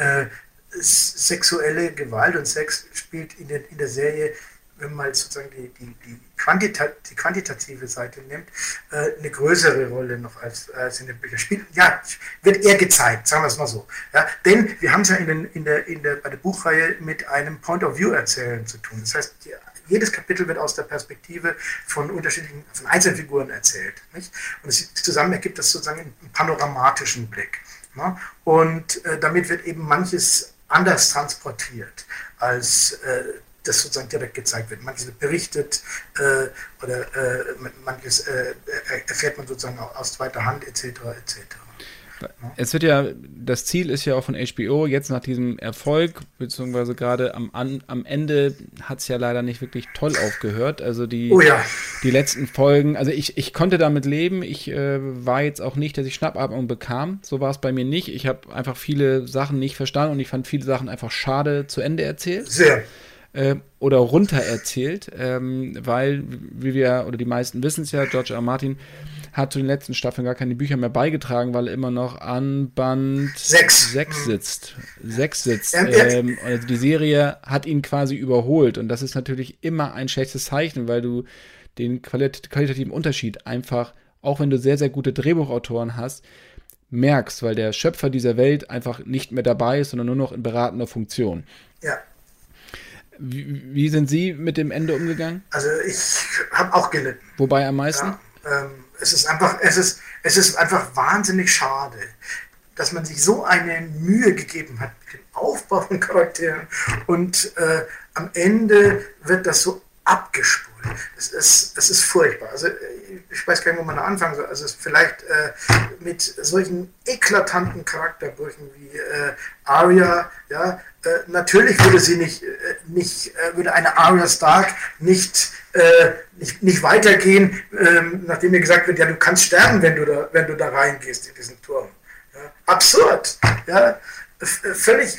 sexuelle Gewalt und Sex spielt in der Serie, wenn man sozusagen die quantitative Seite nimmt, eine größere Rolle noch als in den Büchern. Wird eher gezeigt, sagen wir es mal so. Ja? Denn wir haben es ja bei der Buchreihe mit einem Point-of-View-Erzählen zu tun. Das heißt, jedes Kapitel wird aus der Perspektive von Einzelfiguren erzählt. Nicht? Und zusammen ergibt das sozusagen einen panoramatischen Blick. Ne? Und damit wird eben manches anders transportiert, als das sozusagen direkt gezeigt wird. Manches wird berichtet oder manches erfährt man sozusagen auch aus zweiter Hand etc.
Es wird das Ziel ist ja auch von HBO, jetzt nach diesem Erfolg, beziehungsweise gerade am Ende hat es ja leider nicht wirklich toll aufgehört. Also die letzten Folgen, also ich konnte damit leben. Ich war jetzt auch nicht, dass ich Schnappatmung bekam. So war es bei mir nicht. Ich habe einfach viele Sachen nicht verstanden und ich fand viele Sachen einfach schade zu Ende erzählt.
Sehr.
Oder runter erzählt, weil, wie wir, oder die meisten wissen es ja, George R. R. Martin hat zu den letzten Staffeln gar keine Bücher mehr beigetragen, weil er immer noch an Band 6 sitzt. Also die Serie hat ihn quasi überholt und das ist natürlich immer ein schlechtes Zeichen, weil du den qualitativen Unterschied einfach, auch wenn du sehr, sehr gute Drehbuchautoren hast, merkst, weil der Schöpfer dieser Welt einfach nicht mehr dabei ist, sondern nur noch in beratender Funktion.
Ja.
Wie sind Sie mit dem Ende umgegangen?
Also ich habe auch gelitten.
Wobei am meisten?
Ja, es ist einfach wahnsinnig schade, dass man sich so eine Mühe gegeben hat mit dem Aufbau von Charakteren und am Ende wird das so abgespult. Es ist furchtbar. Also ich weiß gar nicht, wo man da anfangen soll. Also vielleicht mit solchen eklatanten Charakterbrüchen wie Arya, ja, natürlich würde sie würde eine Arya Stark nicht weitergehen, nachdem ihr gesagt wird, ja, du kannst sterben, wenn du da reingehst in diesen Turm. Ja, absurd, ja, völlig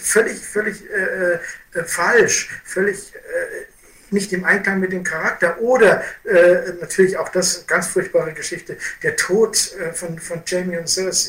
falsch, völlig nicht im Einklang mit dem Charakter oder natürlich auch das ganz furchtbare Geschichte, der Tod von Jaime und Cersei.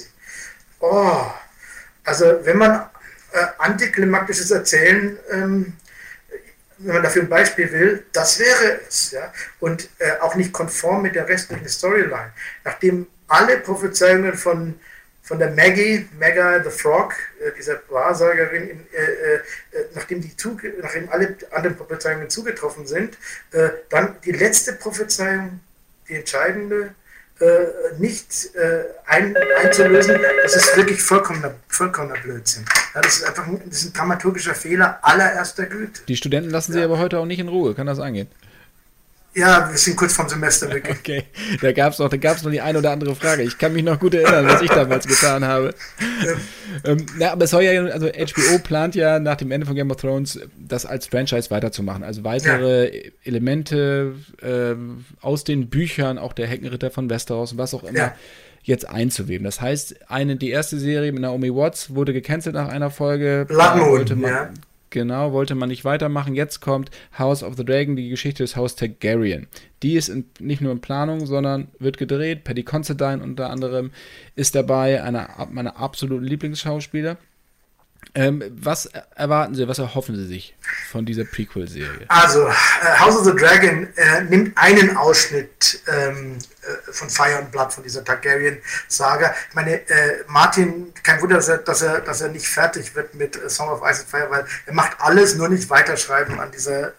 Also wenn man antiklimaktisches Erzählen, wenn man dafür ein Beispiel will, das wäre es. Ja? Und auch nicht konform mit der restlichen Storyline. Nachdem alle Prophezeiungen von der Magga the Frog, dieser Wahrsagerin, nachdem alle anderen Prophezeiungen zugetroffen sind, dann die letzte Prophezeiung, die entscheidende, nicht einzulösen, das ist wirklich vollkommener Blödsinn. Ja, das ist ein dramaturgischer Fehler allererster Güte.
Die Studenten lassen Sie aber heute auch nicht in Ruhe, kann das angehen?
Ja, wir sind kurz vorm Semester weg.
Okay, da gab's noch die eine oder andere Frage. Ich kann mich noch gut erinnern, was ich damals getan habe. Aber es soll ja, also HBO plant ja nach dem Ende von Game of Thrones, das als Franchise weiterzumachen. Also weitere Elemente aus den Büchern, auch der Heckenritter von Westeros und was auch immer, jetzt einzuweben. Das heißt, die erste Serie mit Naomi Watts wurde gecancelt nach einer Folge.
Blood Moon,
Genau, wollte man nicht weitermachen. Jetzt kommt House of the Dragon, die Geschichte des Haus Targaryen. Die ist nicht nur in Planung, sondern wird gedreht. Paddy Considine unter anderem ist dabei, einer meiner absoluten Lieblingsschauspieler. Was erwarten Sie, was erhoffen Sie sich von dieser Prequel-Serie?
Also, House of the Dragon nimmt einen Ausschnitt von Fire and Blood, von dieser Targaryen-Saga. Ich meine, Martin, kein Wunder, dass er nicht fertig wird mit Song of Ice and Fire, weil er macht alles, nur nicht weiterschreiben an dieser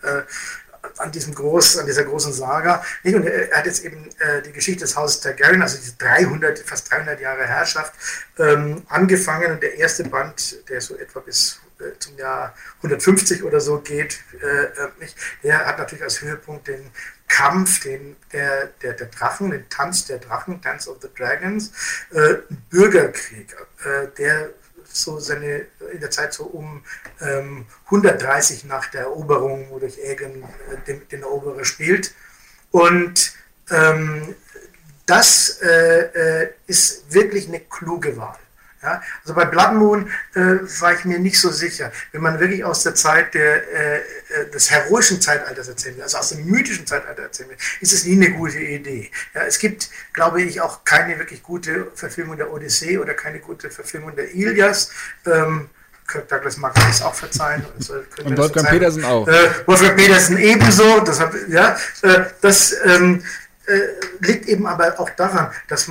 großen Saga. Und er hat jetzt eben die Geschichte des Hauses Targaryen, also diese fast 300 Jahre Herrschaft, angefangen. Und der erste Band, der so etwa bis zum Jahr 150 oder so geht. Der hat natürlich als Höhepunkt den Kampf, der Drachen, den Tanz der Drachen, Dance of the Dragons, Bürgerkrieg, der so in der Zeit so um 130 nach der Eroberung durch Aegon den Eroberer spielt. Und das ist wirklich eine kluge Wahl. Ja? Also bei Blood Moon war ich mir nicht so sicher. Wenn man wirklich aus der Zeit des heroischen Zeitalters erzählen will, also aus dem mythischen Zeitalter erzählen will, ist es nie eine gute Idee. Ja, es gibt, glaube ich, auch keine wirklich gute Verfilmung der Odyssee oder keine gute Verfilmung der Ilias. Kirk Douglas mag das auch verzeihen.
Und Wolfgang Petersen auch.
Wolfgang Petersen ebenso. Das liegt eben aber auch daran, dass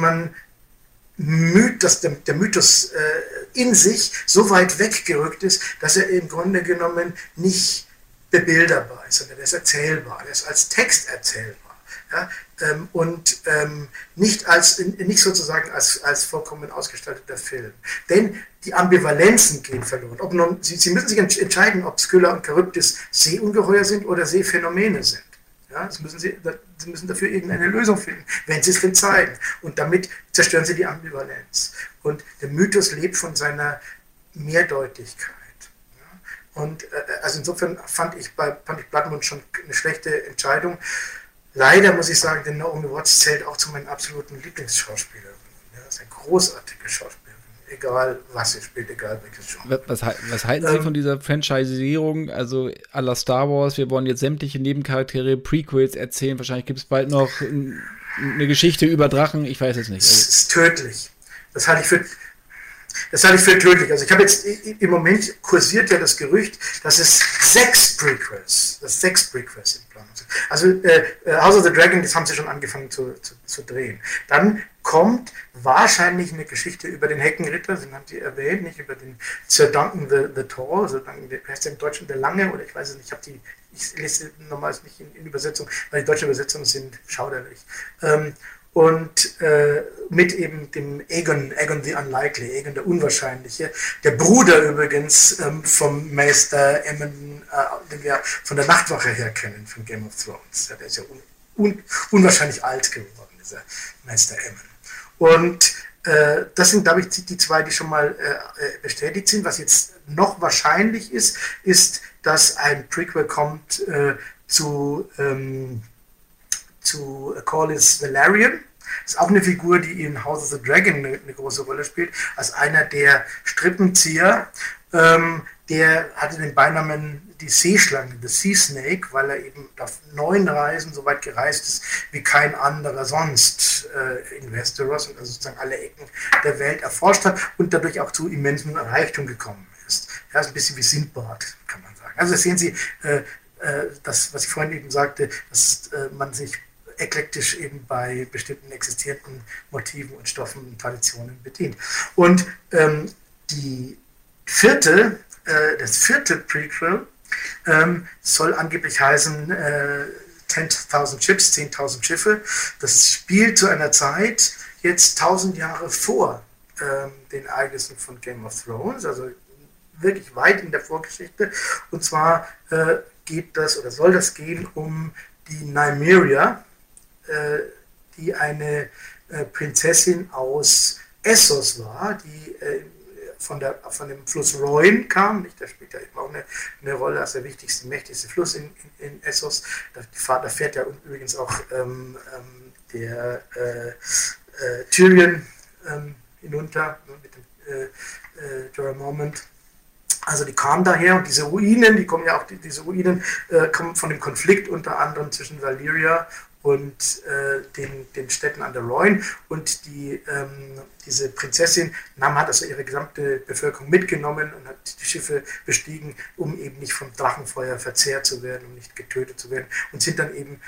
der Mythos in sich so weit weggerückt ist, dass er im Grunde genommen nicht bebilderbar ist, sondern er ist erzählbar, er ist als Text erzählbar. Ja? Und nicht sozusagen als vollkommen ausgestalteter Film. Denn die Ambivalenzen gehen verloren. Sie müssen sich entscheiden, ob Skylla und Charybdis Seeungeheuer sind oder Seephänomene sind. Ja, Sie müssen dafür irgendeine Lösung finden, wenn Sie es denn zeigen. Und damit zerstören Sie die Ambivalenz. Und der Mythos lebt von seiner Mehrdeutigkeit. Ja? Und also insofern fand ich Blood Moon schon eine schlechte Entscheidung. Leider muss ich sagen, denn Naomi Watts zählt auch zu meinen absoluten Lieblingsschauspielerinnen. Ja, das ist eine großartige Schauspielerin. Egal, was sie spielt, egal welches Genre.
Was halten Sie von dieser Franchisierung, also à la Star Wars, wir wollen jetzt sämtliche Nebencharaktere, Prequels erzählen, wahrscheinlich gibt es bald noch eine Geschichte über Drachen, ich weiß es nicht.
Das ist tödlich. Das halte ich für tödlich. Also ich habe jetzt, im Moment kursiert ja das Gerücht, dass es 6 Prequels in Planung sind. Also House of the Dragon, das haben sie schon angefangen zu drehen. Dann kommt wahrscheinlich eine Geschichte über den Heckenritter, den haben Sie erwähnt, nicht über den Sir Duncan the Tall, Sir Duncan, der heißt ja im Deutschen der Lange, oder ich weiß es nicht, ich lese normalerweise nicht in Übersetzung, weil die deutschen Übersetzungen sind schauderlich. Und mit eben dem Aegon the Unlikely, Aegon der Unwahrscheinliche, der Bruder übrigens vom Meister Aemon, den wir von der Nachtwache her kennen, von Game of Thrones. Ja, der ist ja unwahrscheinlich alt geworden, dieser Meister Aemon. Und das sind, glaube ich, die zwei, die schon mal bestätigt sind. Was jetzt noch wahrscheinlich ist, dass ein Prequel kommt zu Corlys Velaryon. Das ist auch eine Figur, die in House of the Dragon eine große Rolle spielt, als einer der Strippenzieher. Der hatte den Beinamen die Seeschlange, the Sea Snake, weil er eben auf 9 Reisen so weit gereist ist wie kein anderer sonst in Westeros und also sozusagen alle Ecken der Welt erforscht hat und dadurch auch zu immensem Reichtum gekommen ist. Ja, ist ein bisschen wie Sindbad, kann man sagen. Also das sehen Sie, das, was ich vorhin eben sagte, dass man sich eklektisch eben bei bestimmten existierenden Motiven und Stoffen und Traditionen bedient. Und das vierte Prequel soll angeblich heißen 10.000 Ships, 10.000 Schiffe. Das spielt zu einer Zeit jetzt 1000 Jahre vor den Ereignissen von Game of Thrones, also wirklich weit in der Vorgeschichte. Und zwar soll das gehen um die Nymeria, die eine Prinzessin aus Essos war, die von dem Fluss Rhoin kam. Der spielt ja eben auch eine Rolle als der wichtigste, mächtigste Fluss in Essos. Da fährt ja übrigens auch der Tyrion hinunter mit dem Jorah Mormont. Also die kamen daher und diese Ruinen, diese Ruinen kommen von dem Konflikt unter anderem zwischen Valyria und den Städten an der Rhoin, und diese Prinzessin hat also ihre gesamte Bevölkerung mitgenommen und hat die Schiffe bestiegen, um eben nicht vom Drachenfeuer verzehrt zu werden, um nicht getötet zu werden, und sind dann eben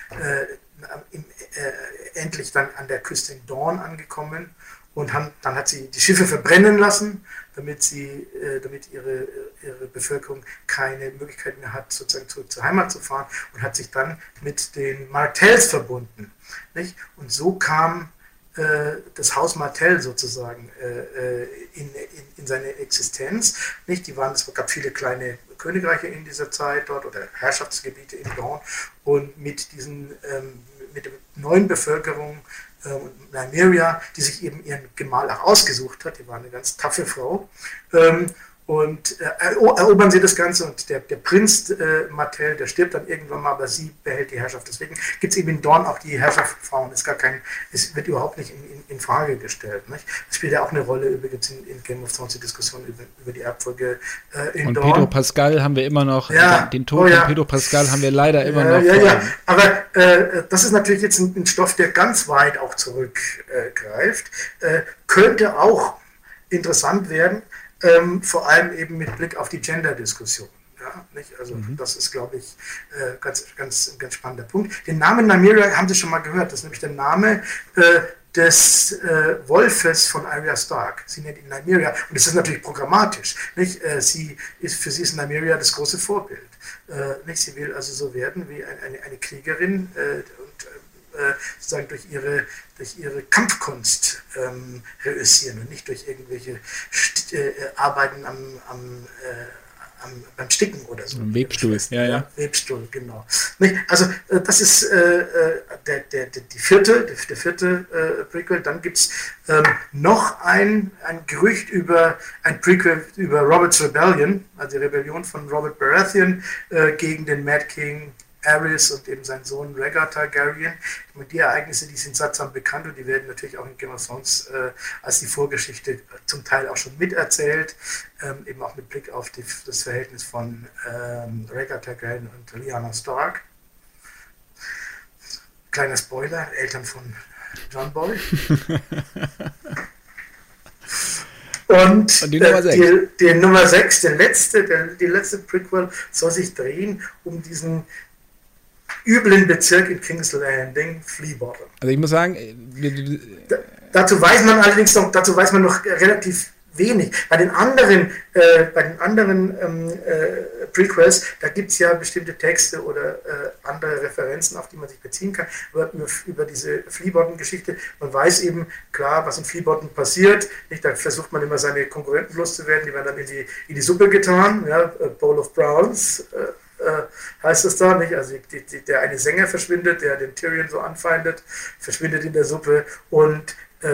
endlich dann an der Küste in Dorne angekommen. Und dann hat sie die Schiffe verbrennen lassen, damit ihre Bevölkerung keine Möglichkeit mehr hat, sozusagen zurück zur Heimat zu fahren, und hat sich dann mit den Martells verbunden. Nicht? Und so kam das Haus Martell sozusagen in seine Existenz. Nicht? Es gab viele kleine Königreiche in dieser Zeit dort oder Herrschaftsgebiete in Dawn und mit der neuen Bevölkerung Nymeria, die sich eben ihren Gemahl auch ausgesucht hat, die war eine ganz taffe Frau, und erobern sie das Ganze und der Prinz Martell, der stirbt dann irgendwann mal, aber sie behält die Herrschaft. Deswegen gibt es eben in Dorn auch die Herrschaft von Frauen. Es wird überhaupt nicht in Frage gestellt. Nicht? Das spielt ja auch eine Rolle übrigens in Game of Thrones, die Diskussion über die Erbfolge in
und
Dorn.
Pedro Pascal haben wir immer noch, den Tod von Pedro Pascal haben wir leider immer noch.
Ja. Aber das ist natürlich jetzt ein Stoff, der ganz weit auch zurückgreift. Könnte auch interessant werden, vor allem eben mit Blick auf die Gender-Diskussion. Ja, nicht? Also das ist, glaube ich, ganz spannender Punkt. Den Namen Nymeria haben Sie schon mal gehört. Das ist nämlich der Name des Wolfes von Arya Stark. Sie nennt ihn Nymeria. Und das ist natürlich programmatisch. Nicht? Für sie ist Nymeria das große Vorbild. Nicht? Sie will also so werden wie eine Kriegerin sozusagen durch ihre Kampfkunst reüssieren und nicht durch irgendwelche Arbeiten beim Sticken oder so.
Ein Webstuhl, ja.
Webstuhl, genau. Also das ist der vierte Prequel. Dann gibt es noch ein Gerücht über ein Prequel über Robert's Rebellion, also die Rebellion von Robert Baratheon gegen den Mad King Aerys und eben sein Sohn Rhaegar Targaryen. Und die Ereignisse, die sind sattsam bekannt und die werden natürlich auch in Game of Thrones als die Vorgeschichte zum Teil auch schon miterzählt, eben auch mit Blick auf das Verhältnis von Rhaegar Targaryen und Lyanna Stark. Kleiner Spoiler, Eltern von John Boy. Und die Nummer 6, die Nummer 6 die letzte Prequel, soll sich drehen um diesen üblen Bezirk in King's Landing, Flea Bottom.
Also ich muss sagen,
dazu weiß man noch relativ wenig. Bei den anderen Prequels, da gibt es ja bestimmte Texte oder andere Referenzen, auf die man sich beziehen kann, aber über diese Flea Bottom-Geschichte, man weiß eben klar, was in Flea Bottom passiert. Nicht? Da versucht man immer seine Konkurrenten loszuwerden, die werden dann in die Suppe getan, ja, Bowl of Browns, heißt es da, nicht? Also der eine Sänger verschwindet, der den Tyrion so anfeindet, verschwindet in der Suppe und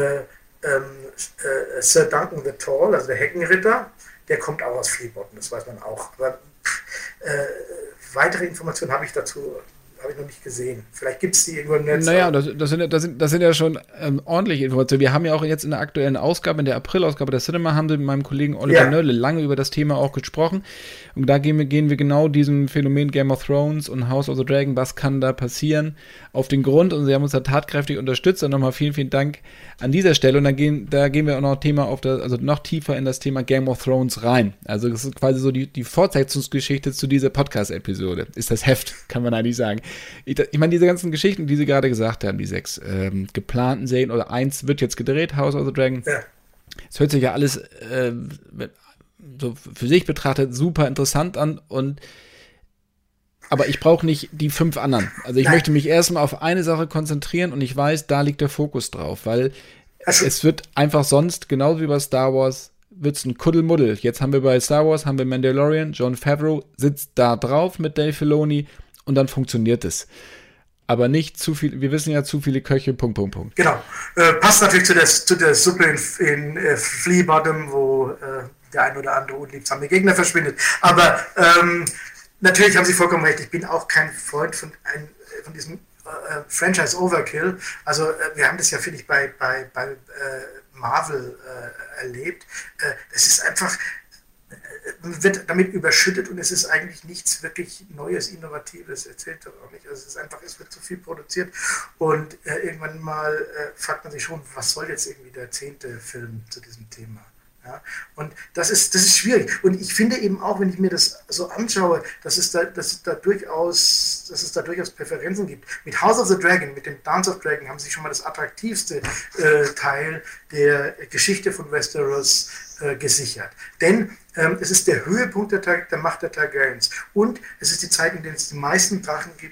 Sir Duncan the Tall, also der Heckenritter, der kommt auch aus Flea Bottom, das weiß man auch. Aber weitere Informationen habe ich dazu noch nicht gesehen. Vielleicht gibt es die irgendwo im Netz.
Naja, das sind ja schon ordentliche Informationen. Wir haben ja auch jetzt in der aktuellen Ausgabe, in der April-Ausgabe der Cinema, haben wir mit meinem Kollegen Oliver Nölle lange über das Thema auch gesprochen. Und da gehen wir genau diesem Phänomen Game of Thrones und House of the Dragon, was kann da passieren, auf den Grund. Und sie haben uns da tatkräftig unterstützt. Und nochmal vielen, vielen Dank an dieser Stelle. Und da gehen wir auch noch noch tiefer in das Thema Game of Thrones rein. Also das ist quasi so die Fortsetzungsgeschichte zu dieser Podcast-Episode. Ist das Heft, kann man eigentlich sagen. Ich meine, diese ganzen Geschichten, die Sie gerade gesagt haben, die 6 geplanten Serien, oder 1 wird jetzt gedreht, House of the Dragon. Ja. Es hört sich ja alles so für sich betrachtet super interessant an, aber ich brauche nicht die 5 anderen. Also ich möchte mich erstmal auf eine Sache konzentrieren und ich weiß, da liegt der Fokus drauf, weil es wird einfach sonst, genauso wie bei Star Wars, wird es ein Kuddelmuddel. Jetzt haben wir bei Star Wars, haben wir Mandalorian, Jon Favreau sitzt da drauf mit Dave Filoni und dann funktioniert es. Aber nicht zu viel, wir wissen ja, zu viele Köche, Punkt.
Genau. Passt natürlich zu der Suppe in Flea Bottom, wo der ein oder andere unliebsame Gegner verschwindet. Aber natürlich haben Sie vollkommen recht, ich bin auch kein Freund von diesem Franchise Overkill. Also wir haben das ja, finde ich, bei Marvel erlebt. Es ist einfach, wird damit überschüttet und es ist eigentlich nichts wirklich Neues, Innovatives, erzählt auch nicht. Also es wird zu viel produziert und irgendwann mal fragt man sich schon, was soll jetzt irgendwie der 10. Film zu diesem Thema? Ja, und das ist schwierig. Und ich finde eben auch, wenn ich mir das so anschaue, dass es da durchaus Präferenzen gibt. Mit House of the Dragon, mit dem Dance of Dragon haben sie schon mal das attraktivste Teil der Geschichte von Westeros gesichert. Denn es ist der Höhepunkt der Macht der Targaryens. Und es ist die Zeit, in der es die meisten Drachen gibt,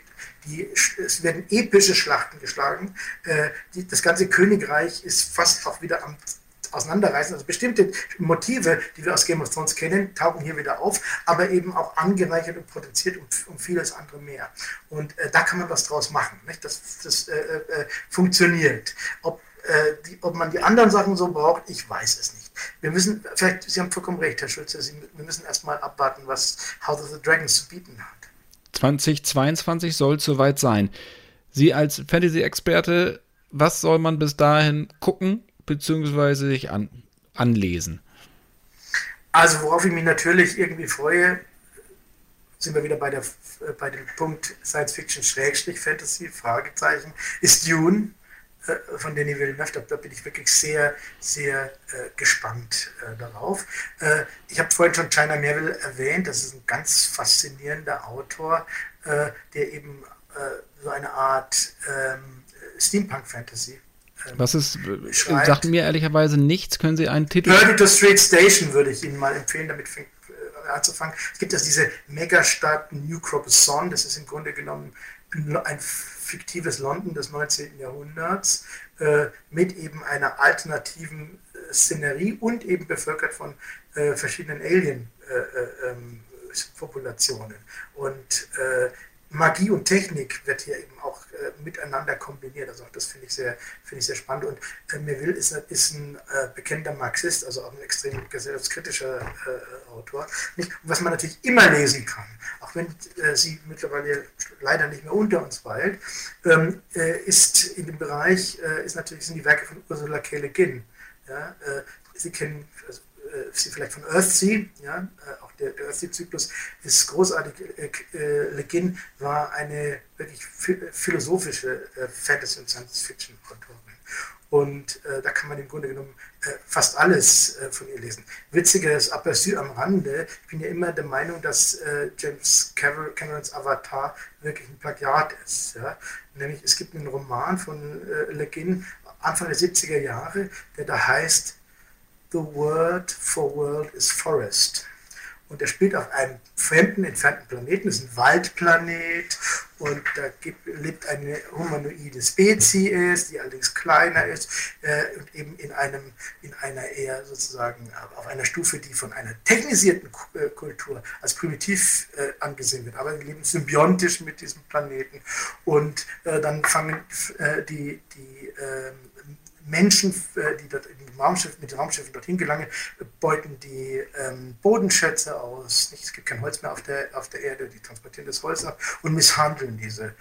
Es werden epische Schlachten geschlagen. Das ganze Königreich ist fast auch wieder am Auseinanderreißen. Also bestimmte Motive, die wir aus Game of Thrones kennen, tauchen hier wieder auf, aber eben auch angereichert und potenziert um vieles andere mehr. Und da kann man was draus machen. Nicht? Das funktioniert. Ob man die anderen Sachen so braucht, ich weiß es nicht. Wir müssen, vielleicht, Sie haben vollkommen recht, Herr Schulze, wir müssen erstmal abwarten, was House of the Dragons zu bieten hat.
2022 soll es soweit sein. Sie als Fantasy-Experte, was soll man bis dahin gucken, beziehungsweise sich anlesen?
Also worauf ich mich natürlich irgendwie freue, sind wir wieder bei dem Punkt Science-Fiction-Fantasy, Fragezeichen, ist Dune von Denis Villeneuve. Da bin ich wirklich sehr, sehr gespannt darauf. Ich habe vorhin schon China Miéville erwähnt, das ist ein ganz faszinierender Autor, der eben so eine Art Steampunk-Fantasy
was ist, sagt mir ehrlicherweise nichts, können Sie einen Titel...
Perdita Street Station würde ich Ihnen mal empfehlen, damit anzufangen. Es gibt diese Megastadt New Corpus-Song, das ist im Grunde genommen ein fiktives London des 19. Jahrhunderts mit eben einer alternativen Szenerie und eben bevölkert von verschiedenen Alien-Populationen. Und Magie und Technik wird hier eben auch miteinander kombiniert. Also auch das finde ich sehr spannend. Und Miéville ist ein bekennender Marxist, also auch ein extrem gesellschaftskritischer Autor. Und was man natürlich immer lesen kann, auch wenn sie mittlerweile leider nicht mehr unter uns weilt, ist in dem Bereich, sind die Werke von Ursula K. Le Guin. Ja, Sie kennen Sie vielleicht von Earthsea, ja, auch der Earthsea-Zyklus ist großartig. Le Guin war eine wirklich philosophische Fantasy- und Science-Fiction-Autorin. Und da kann man im Grunde genommen fast alles von ihr lesen. Witziges Aperçu am Rande, ich bin ja immer der Meinung, dass James Camerons Avatar wirklich ein Plagiat ist. Ja? Nämlich es gibt einen Roman von Le Guin Anfang der 70er Jahre, der da heißt The Word for World is Forest. Und er spielt auf einem fremden, entfernten Planeten, das ist ein Waldplanet, und da lebt eine humanoide Spezies, die allerdings kleiner ist und eben in einer eher sozusagen auf einer Stufe, die von einer technisierten Kultur als primitiv angesehen wird, aber die leben symbiontisch mit diesem Planeten. Und dann fangen die Menschen, die dort mit den Raumschiffen dorthin gelangen, beuten die Bodenschätze aus. Es gibt kein Holz mehr auf der Erde, die transportieren das Holz ab und misshandeln diese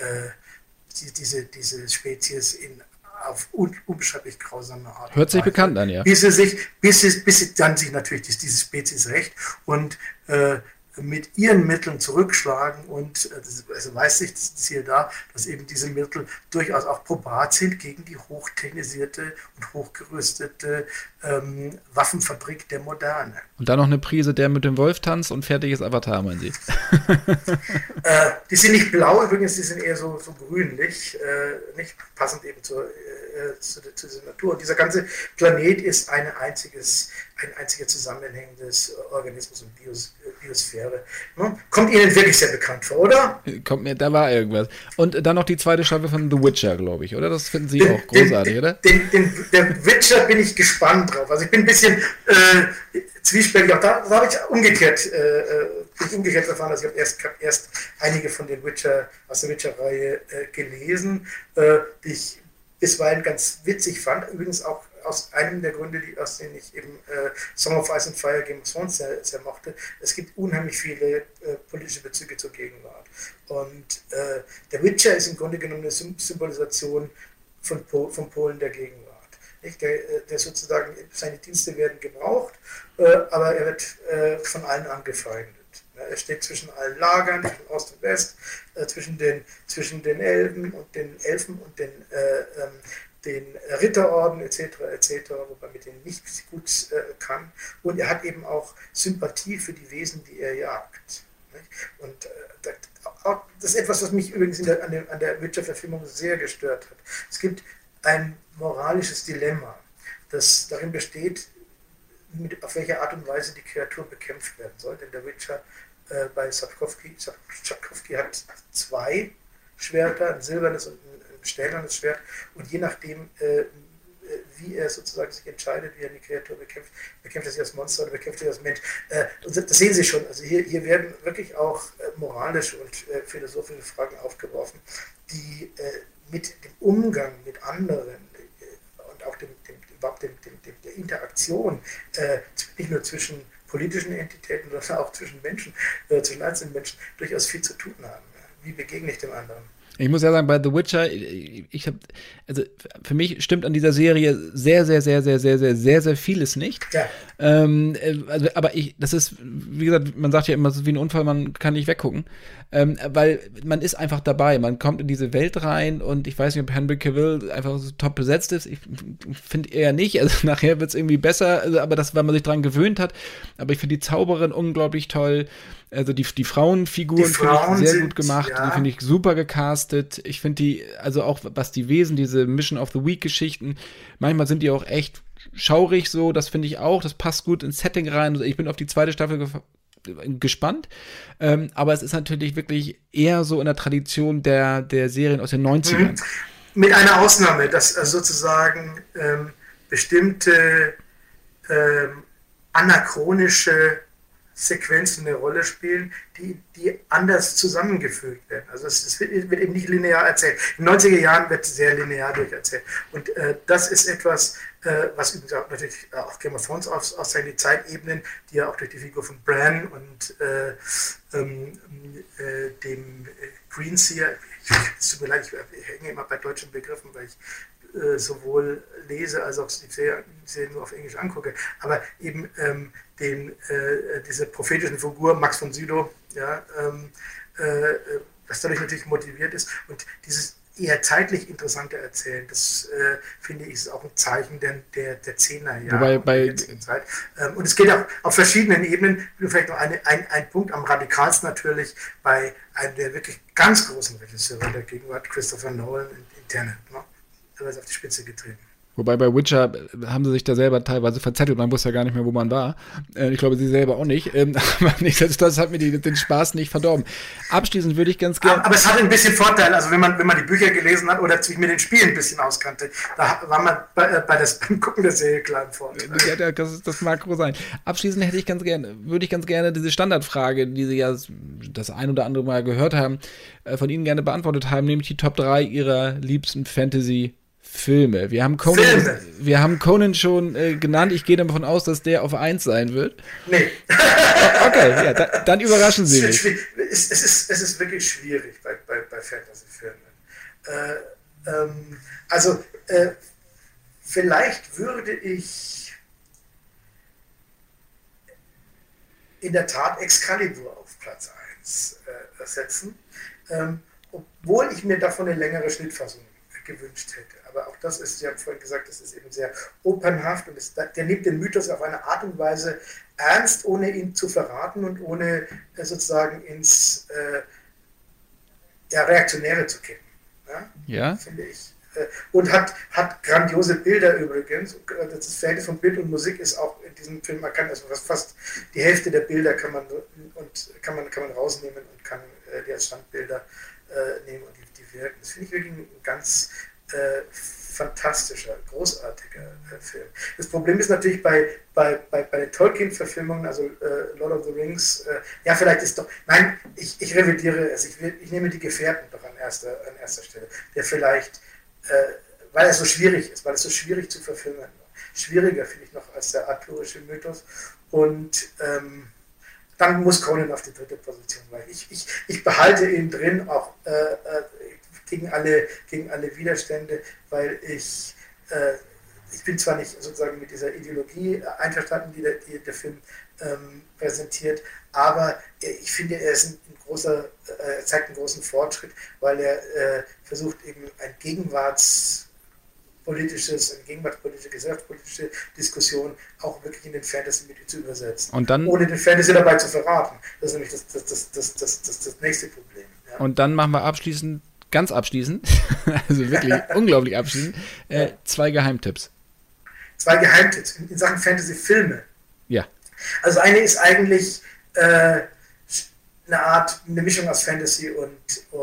Spezies auf unbeschreiblich grausame Art.
Hört sich bekannt an, ja.
Bis sie dann sich natürlich diese Spezies rächt und mit ihren Mitteln zurückschlagen, und also weiß sich das Ziel da, dass eben diese Mittel durchaus auch probat sind gegen die hochtechnisierte und hochgerüstete Waffenfabrik der Moderne.
Und dann noch eine Prise der mit dem Wolf tanzt und fertiges Avatar, meinen Sie?
Die sind nicht blau übrigens, die sind eher so grünlich, nicht passend eben zu dieser Natur. Und dieser ganze Planet ist ein einziger zusammenhängendes Organismus und Biosphäre. Kommt Ihnen wirklich sehr bekannt vor, oder?
Kommt mir, da war irgendwas. Und dann noch die zweite Staffel von The Witcher, glaube ich, oder? Das finden Sie auch großartig, oder?
Der Witcher bin ich gespannt drauf. Also ich bin ein bisschen zwiespältig. Auch da habe ich umgekehrt erfahren. Also ich habe erst einige von den aus der Witcher-Reihe gelesen, die ich bisweilen ganz witzig fand. Übrigens auch aus einem der Gründe, aus denen ich eben Song of Ice and Fire, Game of Thrones sehr mochte. Es gibt unheimlich viele politische Bezüge zur Gegenwart. Und der Witcher ist im Grunde genommen eine Symbolisation von Polen der Gegenwart. Nicht? Der sozusagen, seine Dienste werden gebraucht, aber er wird von allen angefeindet. Er steht zwischen allen Lagern, zwischen Ost und West, zwischen den Elben und den den Ritterorden etc., wobei mit denen nicht gut kann. Und er hat eben auch Sympathie für die Wesen, die er jagt. Nicht? Und das ist etwas, was mich übrigens an der Witcher-Verfilmung sehr gestört hat. Es gibt ein moralisches Dilemma, das darin besteht, auf welche Art und Weise die Kreatur bekämpft werden soll. Denn der Witcher bei Sapkowski hat zwei Schwerter, ein silbernes und ein stählernes Schwert. Und je nachdem, wie er sozusagen sich entscheidet, wie er die Kreatur bekämpft er sie als Monster oder bekämpft er sie als Mensch. Und das sehen Sie schon. Also hier werden wirklich auch moralische und philosophische Fragen aufgeworfen, die mit dem Umgang mit anderen und auch der Interaktion nicht nur zwischen politischen Entitäten, sondern auch zwischen Menschen, zwischen einzelnen Menschen durchaus viel zu tun haben. Wie begegne ich dem anderen?
Ich muss ja sagen, bei The Witcher, also für mich stimmt an dieser Serie sehr, sehr, sehr, sehr, sehr, sehr, sehr, sehr vieles nicht.
Ja.
Aber das ist, wie gesagt, man sagt ja immer, es ist wie ein Unfall, man kann nicht weggucken. Weil man ist einfach dabei, man kommt in diese Welt rein und ich weiß nicht, ob Henry Cavill einfach so top besetzt ist. Ich finde eher nicht, also nachher wird es irgendwie besser, also, aber das, weil man sich dran gewöhnt hat. Aber ich finde die Zauberin unglaublich toll. Also die Frauenfiguren finde ich sehr gut gemacht, die finde ich super gecastet. Ich finde die, also auch was die Wesen, diese Mission of the Week-Geschichten, manchmal sind die auch echt schaurig so, das finde ich auch, das passt gut ins Setting rein. Also ich bin auf die zweite Staffel gespannt, aber es ist natürlich wirklich eher so in der Tradition der Serien aus den 90ern.
Mit einer Ausnahme, dass sozusagen bestimmte anachronische Sequenzen eine Rolle spielen, die anders zusammengefügt werden. Also es wird eben nicht linear erzählt. In den 90er Jahren wird sehr linear durcherzählt. Und das ist etwas, was übrigens auch natürlich auch Game of Thrones auszeichnet, die Zeitebenen, die ja auch durch die Figur von Bran und dem Greenseer, es tut mir leid, ich hänge immer bei deutschen Begriffen, weil ich sowohl lese als auch die Serie nur auf Englisch angucke, aber eben diese prophetischen Figur Max von Sydow, ja, was dadurch natürlich motiviert ist und dieses eher zeitlich interessante Erzählen, das finde ich ist auch ein Zeichen der 10er Jahre der jetzigen Zeit. Und es geht auch auf verschiedenen Ebenen, vielleicht noch ein Punkt, am radikalsten natürlich bei einem der wirklich ganz großen Regisseure der Gegenwart, Christopher Nolan in Tenet, ne? Da ist auf die Spitze getrieben.
Wobei bei Witcher haben sie sich da selber teilweise verzettelt, man wusste ja gar nicht mehr, wo man war. Ich glaube, sie selber auch nicht. Aber das hat mir den Spaß nicht verdorben. Abschließend würde ich ganz gerne...
Aber es hat ein bisschen Vorteil, also wenn man die Bücher gelesen hat oder sich mit den Spielen ein bisschen auskannte, da war man beim Gucken der Serie klar im Vorteil.
Ja, das mag wohl sein. Abschließend würde ich ganz gerne diese Standardfrage, die Sie ja das ein oder andere Mal gehört haben, von Ihnen gerne beantwortet haben, nämlich die Top 3 Ihrer liebsten Fantasy-Filme. Wir haben Conan schon genannt. Ich gehe davon aus, dass der auf 1 sein wird.
Nee.
Okay, ja, dann überraschen Sie mich.
Es ist wirklich schwierig bei Fantasy-Filmen. Vielleicht würde ich in der Tat Excalibur auf Platz 1 setzen, obwohl ich mir davon eine längere Schnittfassung gewünscht hätte. Aber auch das ist, Sie haben vorhin gesagt, das ist eben sehr opernhaft und der nimmt den Mythos auf eine Art und Weise ernst, ohne ihn zu verraten und ohne sozusagen ins Reaktionäre zu kippen. Ja? Finde ich. Und hat grandiose Bilder übrigens. Das Verhältnis von Bild und Musik ist auch in diesem Film markant. Also fast die Hälfte der Bilder kann man rausnehmen und kann die als Standbilder nehmen und die wirken. Das finde ich wirklich ein ganz fantastischer, großartiger Film. Das Problem ist natürlich bei den Tolkien-Verfilmungen, also Lord of the Rings, vielleicht ist doch, nein, ich revidiere es, ich nehme die Gefährten doch an erster Stelle, der vielleicht, weil er so schwierig ist, weil es so schwierig zu verfilmen war. Schwieriger finde ich noch als der arthurische Mythos und dann muss Conan auf die 3. Position, weil ich behalte ihn drin, auch gegen alle Widerstände, weil ich bin zwar nicht sozusagen mit dieser Ideologie einverstanden, die der Film präsentiert, aber ich finde, er zeigt einen großen Fortschritt, weil er versucht eben eine gegenwartspolitische, gesellschaftspolitische Diskussion auch wirklich in den Fantasy-Mythos zu übersetzen.
Und dann,
ohne den Fantasy dabei zu verraten. Das ist nämlich das nächste Problem. Ja.
Und dann machen wir ganz abschließend, also wirklich unglaublich abschließend, 2 Geheimtipps.
2 Geheimtipps in Sachen Fantasy-Filme.
Ja.
Also eine ist eigentlich eine Mischung aus Fantasy und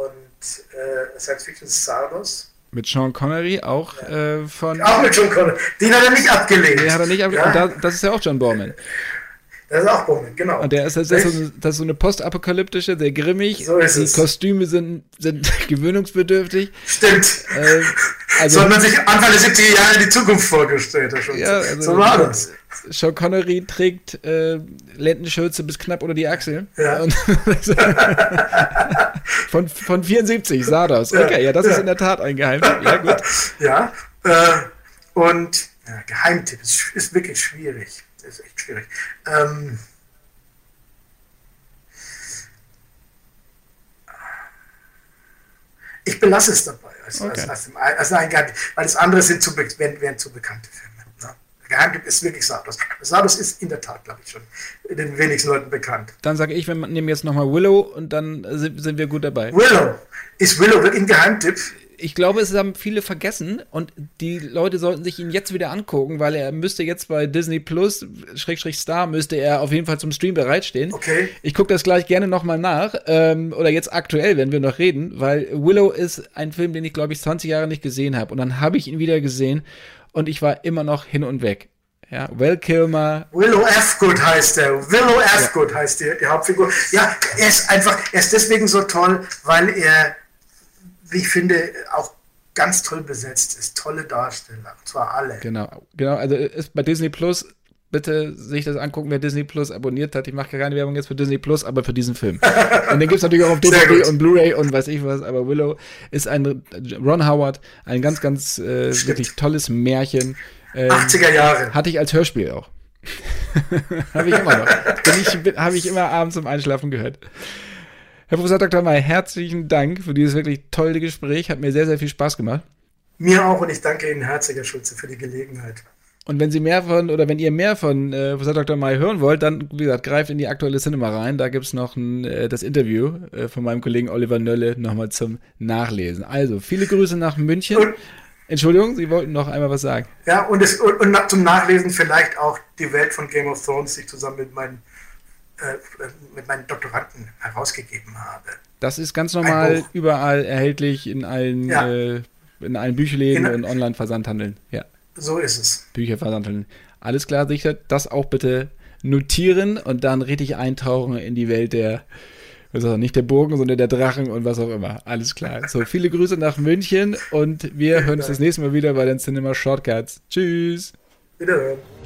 Science Fiction Stardust.
Mit Sean Connery, auch von...
Auch mit Sean Connery. Den hat er nicht abgelehnt.
Den hat er nicht abgelehnt. Ja? Das ist ja auch John Borman.
Das ist auch Borman, genau.
Und das ist so eine postapokalyptische, sehr grimmig.
So ist
die
es.
Kostüme sind gewöhnungsbedürftig.
Stimmt.
Also,
so hat man sich Anfang der 70er Jahre die Zukunft vorgestellt.
Ja, also
so war das.
Sean Connery trägt Lendenschürze bis knapp unter die Achsel.
Ja.
Und von 74, Stardust. Okay, ja, das ist in der Tat ein Geheimtipp. Ja, gut.
Ja, und Geheimtipp ist wirklich schwierig. Das ist echt schwierig. Ich belasse es dabei als ein Geheimtipp, weil das andere wären zu bekannte Filme. Ne? Geheimtipp ist wirklich Stardust. Stardust ist in der Tat, glaube ich, schon den wenigsten Leuten bekannt.
Dann sage ich, wir nehmen jetzt nochmal Willow und dann sind wir gut dabei.
Willow. Ist Willow wirklich ein Geheimtipp?
Ich glaube, es haben viele vergessen und die Leute sollten sich ihn jetzt wieder angucken, weil er müsste jetzt bei Disney Plus, /Star, müsste er auf jeden Fall zum Stream bereitstehen.
Okay.
Ich gucke das gleich gerne nochmal nach, oder jetzt aktuell, wenn wir noch reden, weil Willow ist ein Film, den ich, glaube ich, 20 Jahre nicht gesehen habe und dann habe ich ihn wieder gesehen und ich war immer noch hin und weg. Ja, Val Kilmer.
Willow Afgood heißt er. Willow Afgood heißt die Hauptfigur. Ja, er ist deswegen so toll, weil er, wie ich finde, auch ganz toll besetzt ist. Tolle Darsteller. Und zwar alle.
Genau. Also ist bei Disney Plus, bitte sich das angucken, wer Disney Plus abonniert hat. Ich mache keine Werbung jetzt für Disney Plus, aber für diesen Film. Und den gibt es natürlich auch auf DVD und Blu-ray und weiß ich was. Aber Willow ist Ron Howard, ein ganz, ganz wirklich tolles Märchen.
80er Jahre.
Hatte ich als Hörspiel auch. Habe ich immer noch. Habe ich immer abends zum Einschlafen gehört. Herr Professor Dr. May, herzlichen Dank für dieses wirklich tolle Gespräch. Hat mir sehr, sehr viel Spaß gemacht.
Mir auch und ich danke Ihnen herzlich, Herr Schulze, für die Gelegenheit.
Und wenn wenn ihr mehr von Professor Dr. May hören wollt, dann, wie gesagt, greift in die aktuelle Cinema rein. Da gibt es noch das Interview von meinem Kollegen Oliver Nölle nochmal zum Nachlesen. Also, viele Grüße nach München. Entschuldigung, Sie wollten noch einmal was sagen.
Ja, und zum Nachlesen vielleicht auch die Welt von Game of Thrones, die ich zusammen mit meinen Doktoranden herausgegeben habe.
Das ist ganz normal überall erhältlich in allen Bücherläden und Online-Versandhandeln. Ja.
So ist es.
Bücherversandhandeln. Alles klar, sicher. Das auch bitte notieren und dann richtig eintauchen in die Welt nicht der Burgen, sondern der Drachen und was auch immer. Alles klar. So, viele Grüße nach München und wir hören uns das nächste Mal wieder bei den Cinema Shortcuts. Tschüss.
Wiederhören.